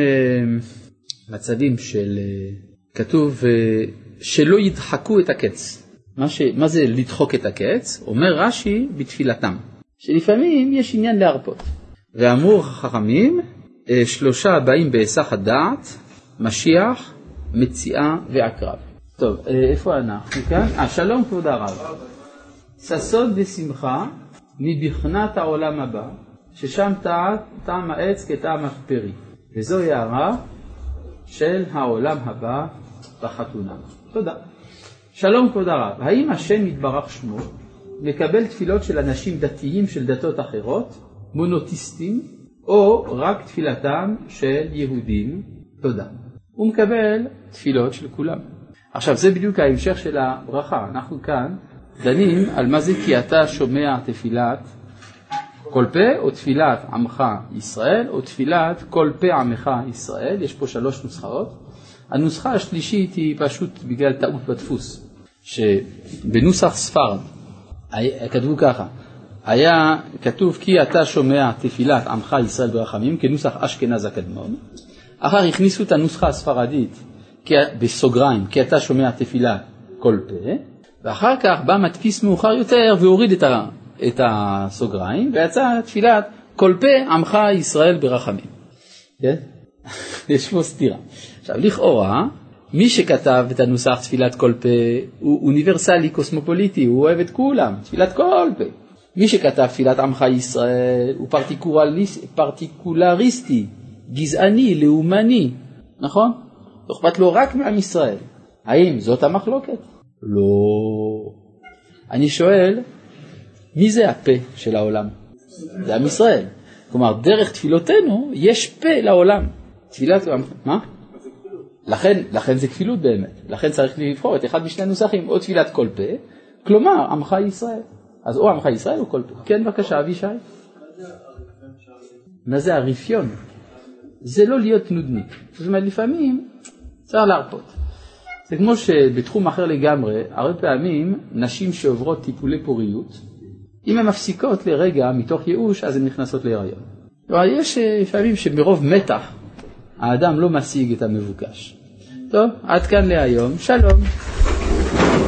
מצבים של, כתוב, שלא ידחקו את הקץ. מה זה לדחוק את הקץ? אומר רש"י בתפילתם. שלפעמים יש עניין להרפות. ואמרו חכמים, 3 באים בהיסח הדעת, משיח, מציאה ועקרב. טוב, איפה אנחנו כאן? שלום כבוד הרב. ששון ושמחה מבחינת העולם הבא, ששם טעם העץ כטעם הפרי. וזו הערה של העולם הבא בחתונה. תודה. שלום כבוד הרב, האם השם יתברך שמו מקבל תפילות של אנשים דתיים של דתות אחרות, מונותיסטים, או רק תפילתם של יהודים, תודה. הוא מקבל תפילות של כולם. עכשיו זה בדיוק ההמשך של הברכה, אנחנו כאן דנים על מה זה כי אתה שומע תפילת כל פה, או תפילת עמך ישראל, או תפילת כל פה עמך ישראל. יש פה 3 נוסחאות. הנוסחה השלישית היא פשוט בגלל טעות בדפוס, שבנוסח ספרד כתבו ככה, היה כתוב כי אתה שומע תפילת עמך ישראל ברחמים, כנוסח אשכנז הקדמון. אחר הכניסו את הנוסחה הספרדית בסוגריים, כי אתה שומע תפילת כל פה, ואחר כך בא מדפיס מאוחר יותר והוריד את הסוגריים, ויצא תפילת כל פה עמך ישראל ברחמים. כן? יש פה סתירה. עכשיו, לכאורה, מי שכתב את הנוסח תפילת כל פה הוא אוניברסלי, קוסמופוליטי, הוא אוהב את כולם, תפילת כל פה. מי שכתב תפילת עמך ישראל הוא פרטיקולריסטי, גזעני, לאומני, נכון? אכפת לו רק מעם ישראל. האם זאת המחלוקת? לא. אני שואל, מי זה הפה של העולם? זה עם ישראל. כלומר, דרך תפילותינו יש פה לעולם. תפילת, מה? לכן זה כפילות באמת. לכן צריך לבחור את אחד משני נוסחים, או תפילת כל פה, כלומר, עמך ישראל. אז או עמך ישראל או כל פה. כן, בבקשה, אבישי. מה זה הרפיון? זה לא להיות נודניק. זאת אומרת, לפעמים צריך להרפות. זה כמו שבתחום אחר לגמרי, הרבה פעמים נשים שעוברות טיפולי פוריות, אם הן מפסיקות לרגע מתוך ייאוש, אז הן נכנסות להיריון. יש לפעמים שמרוב מתח, האדם לא משיג את המבוקש. טוב, עד כאן להיום. שלום.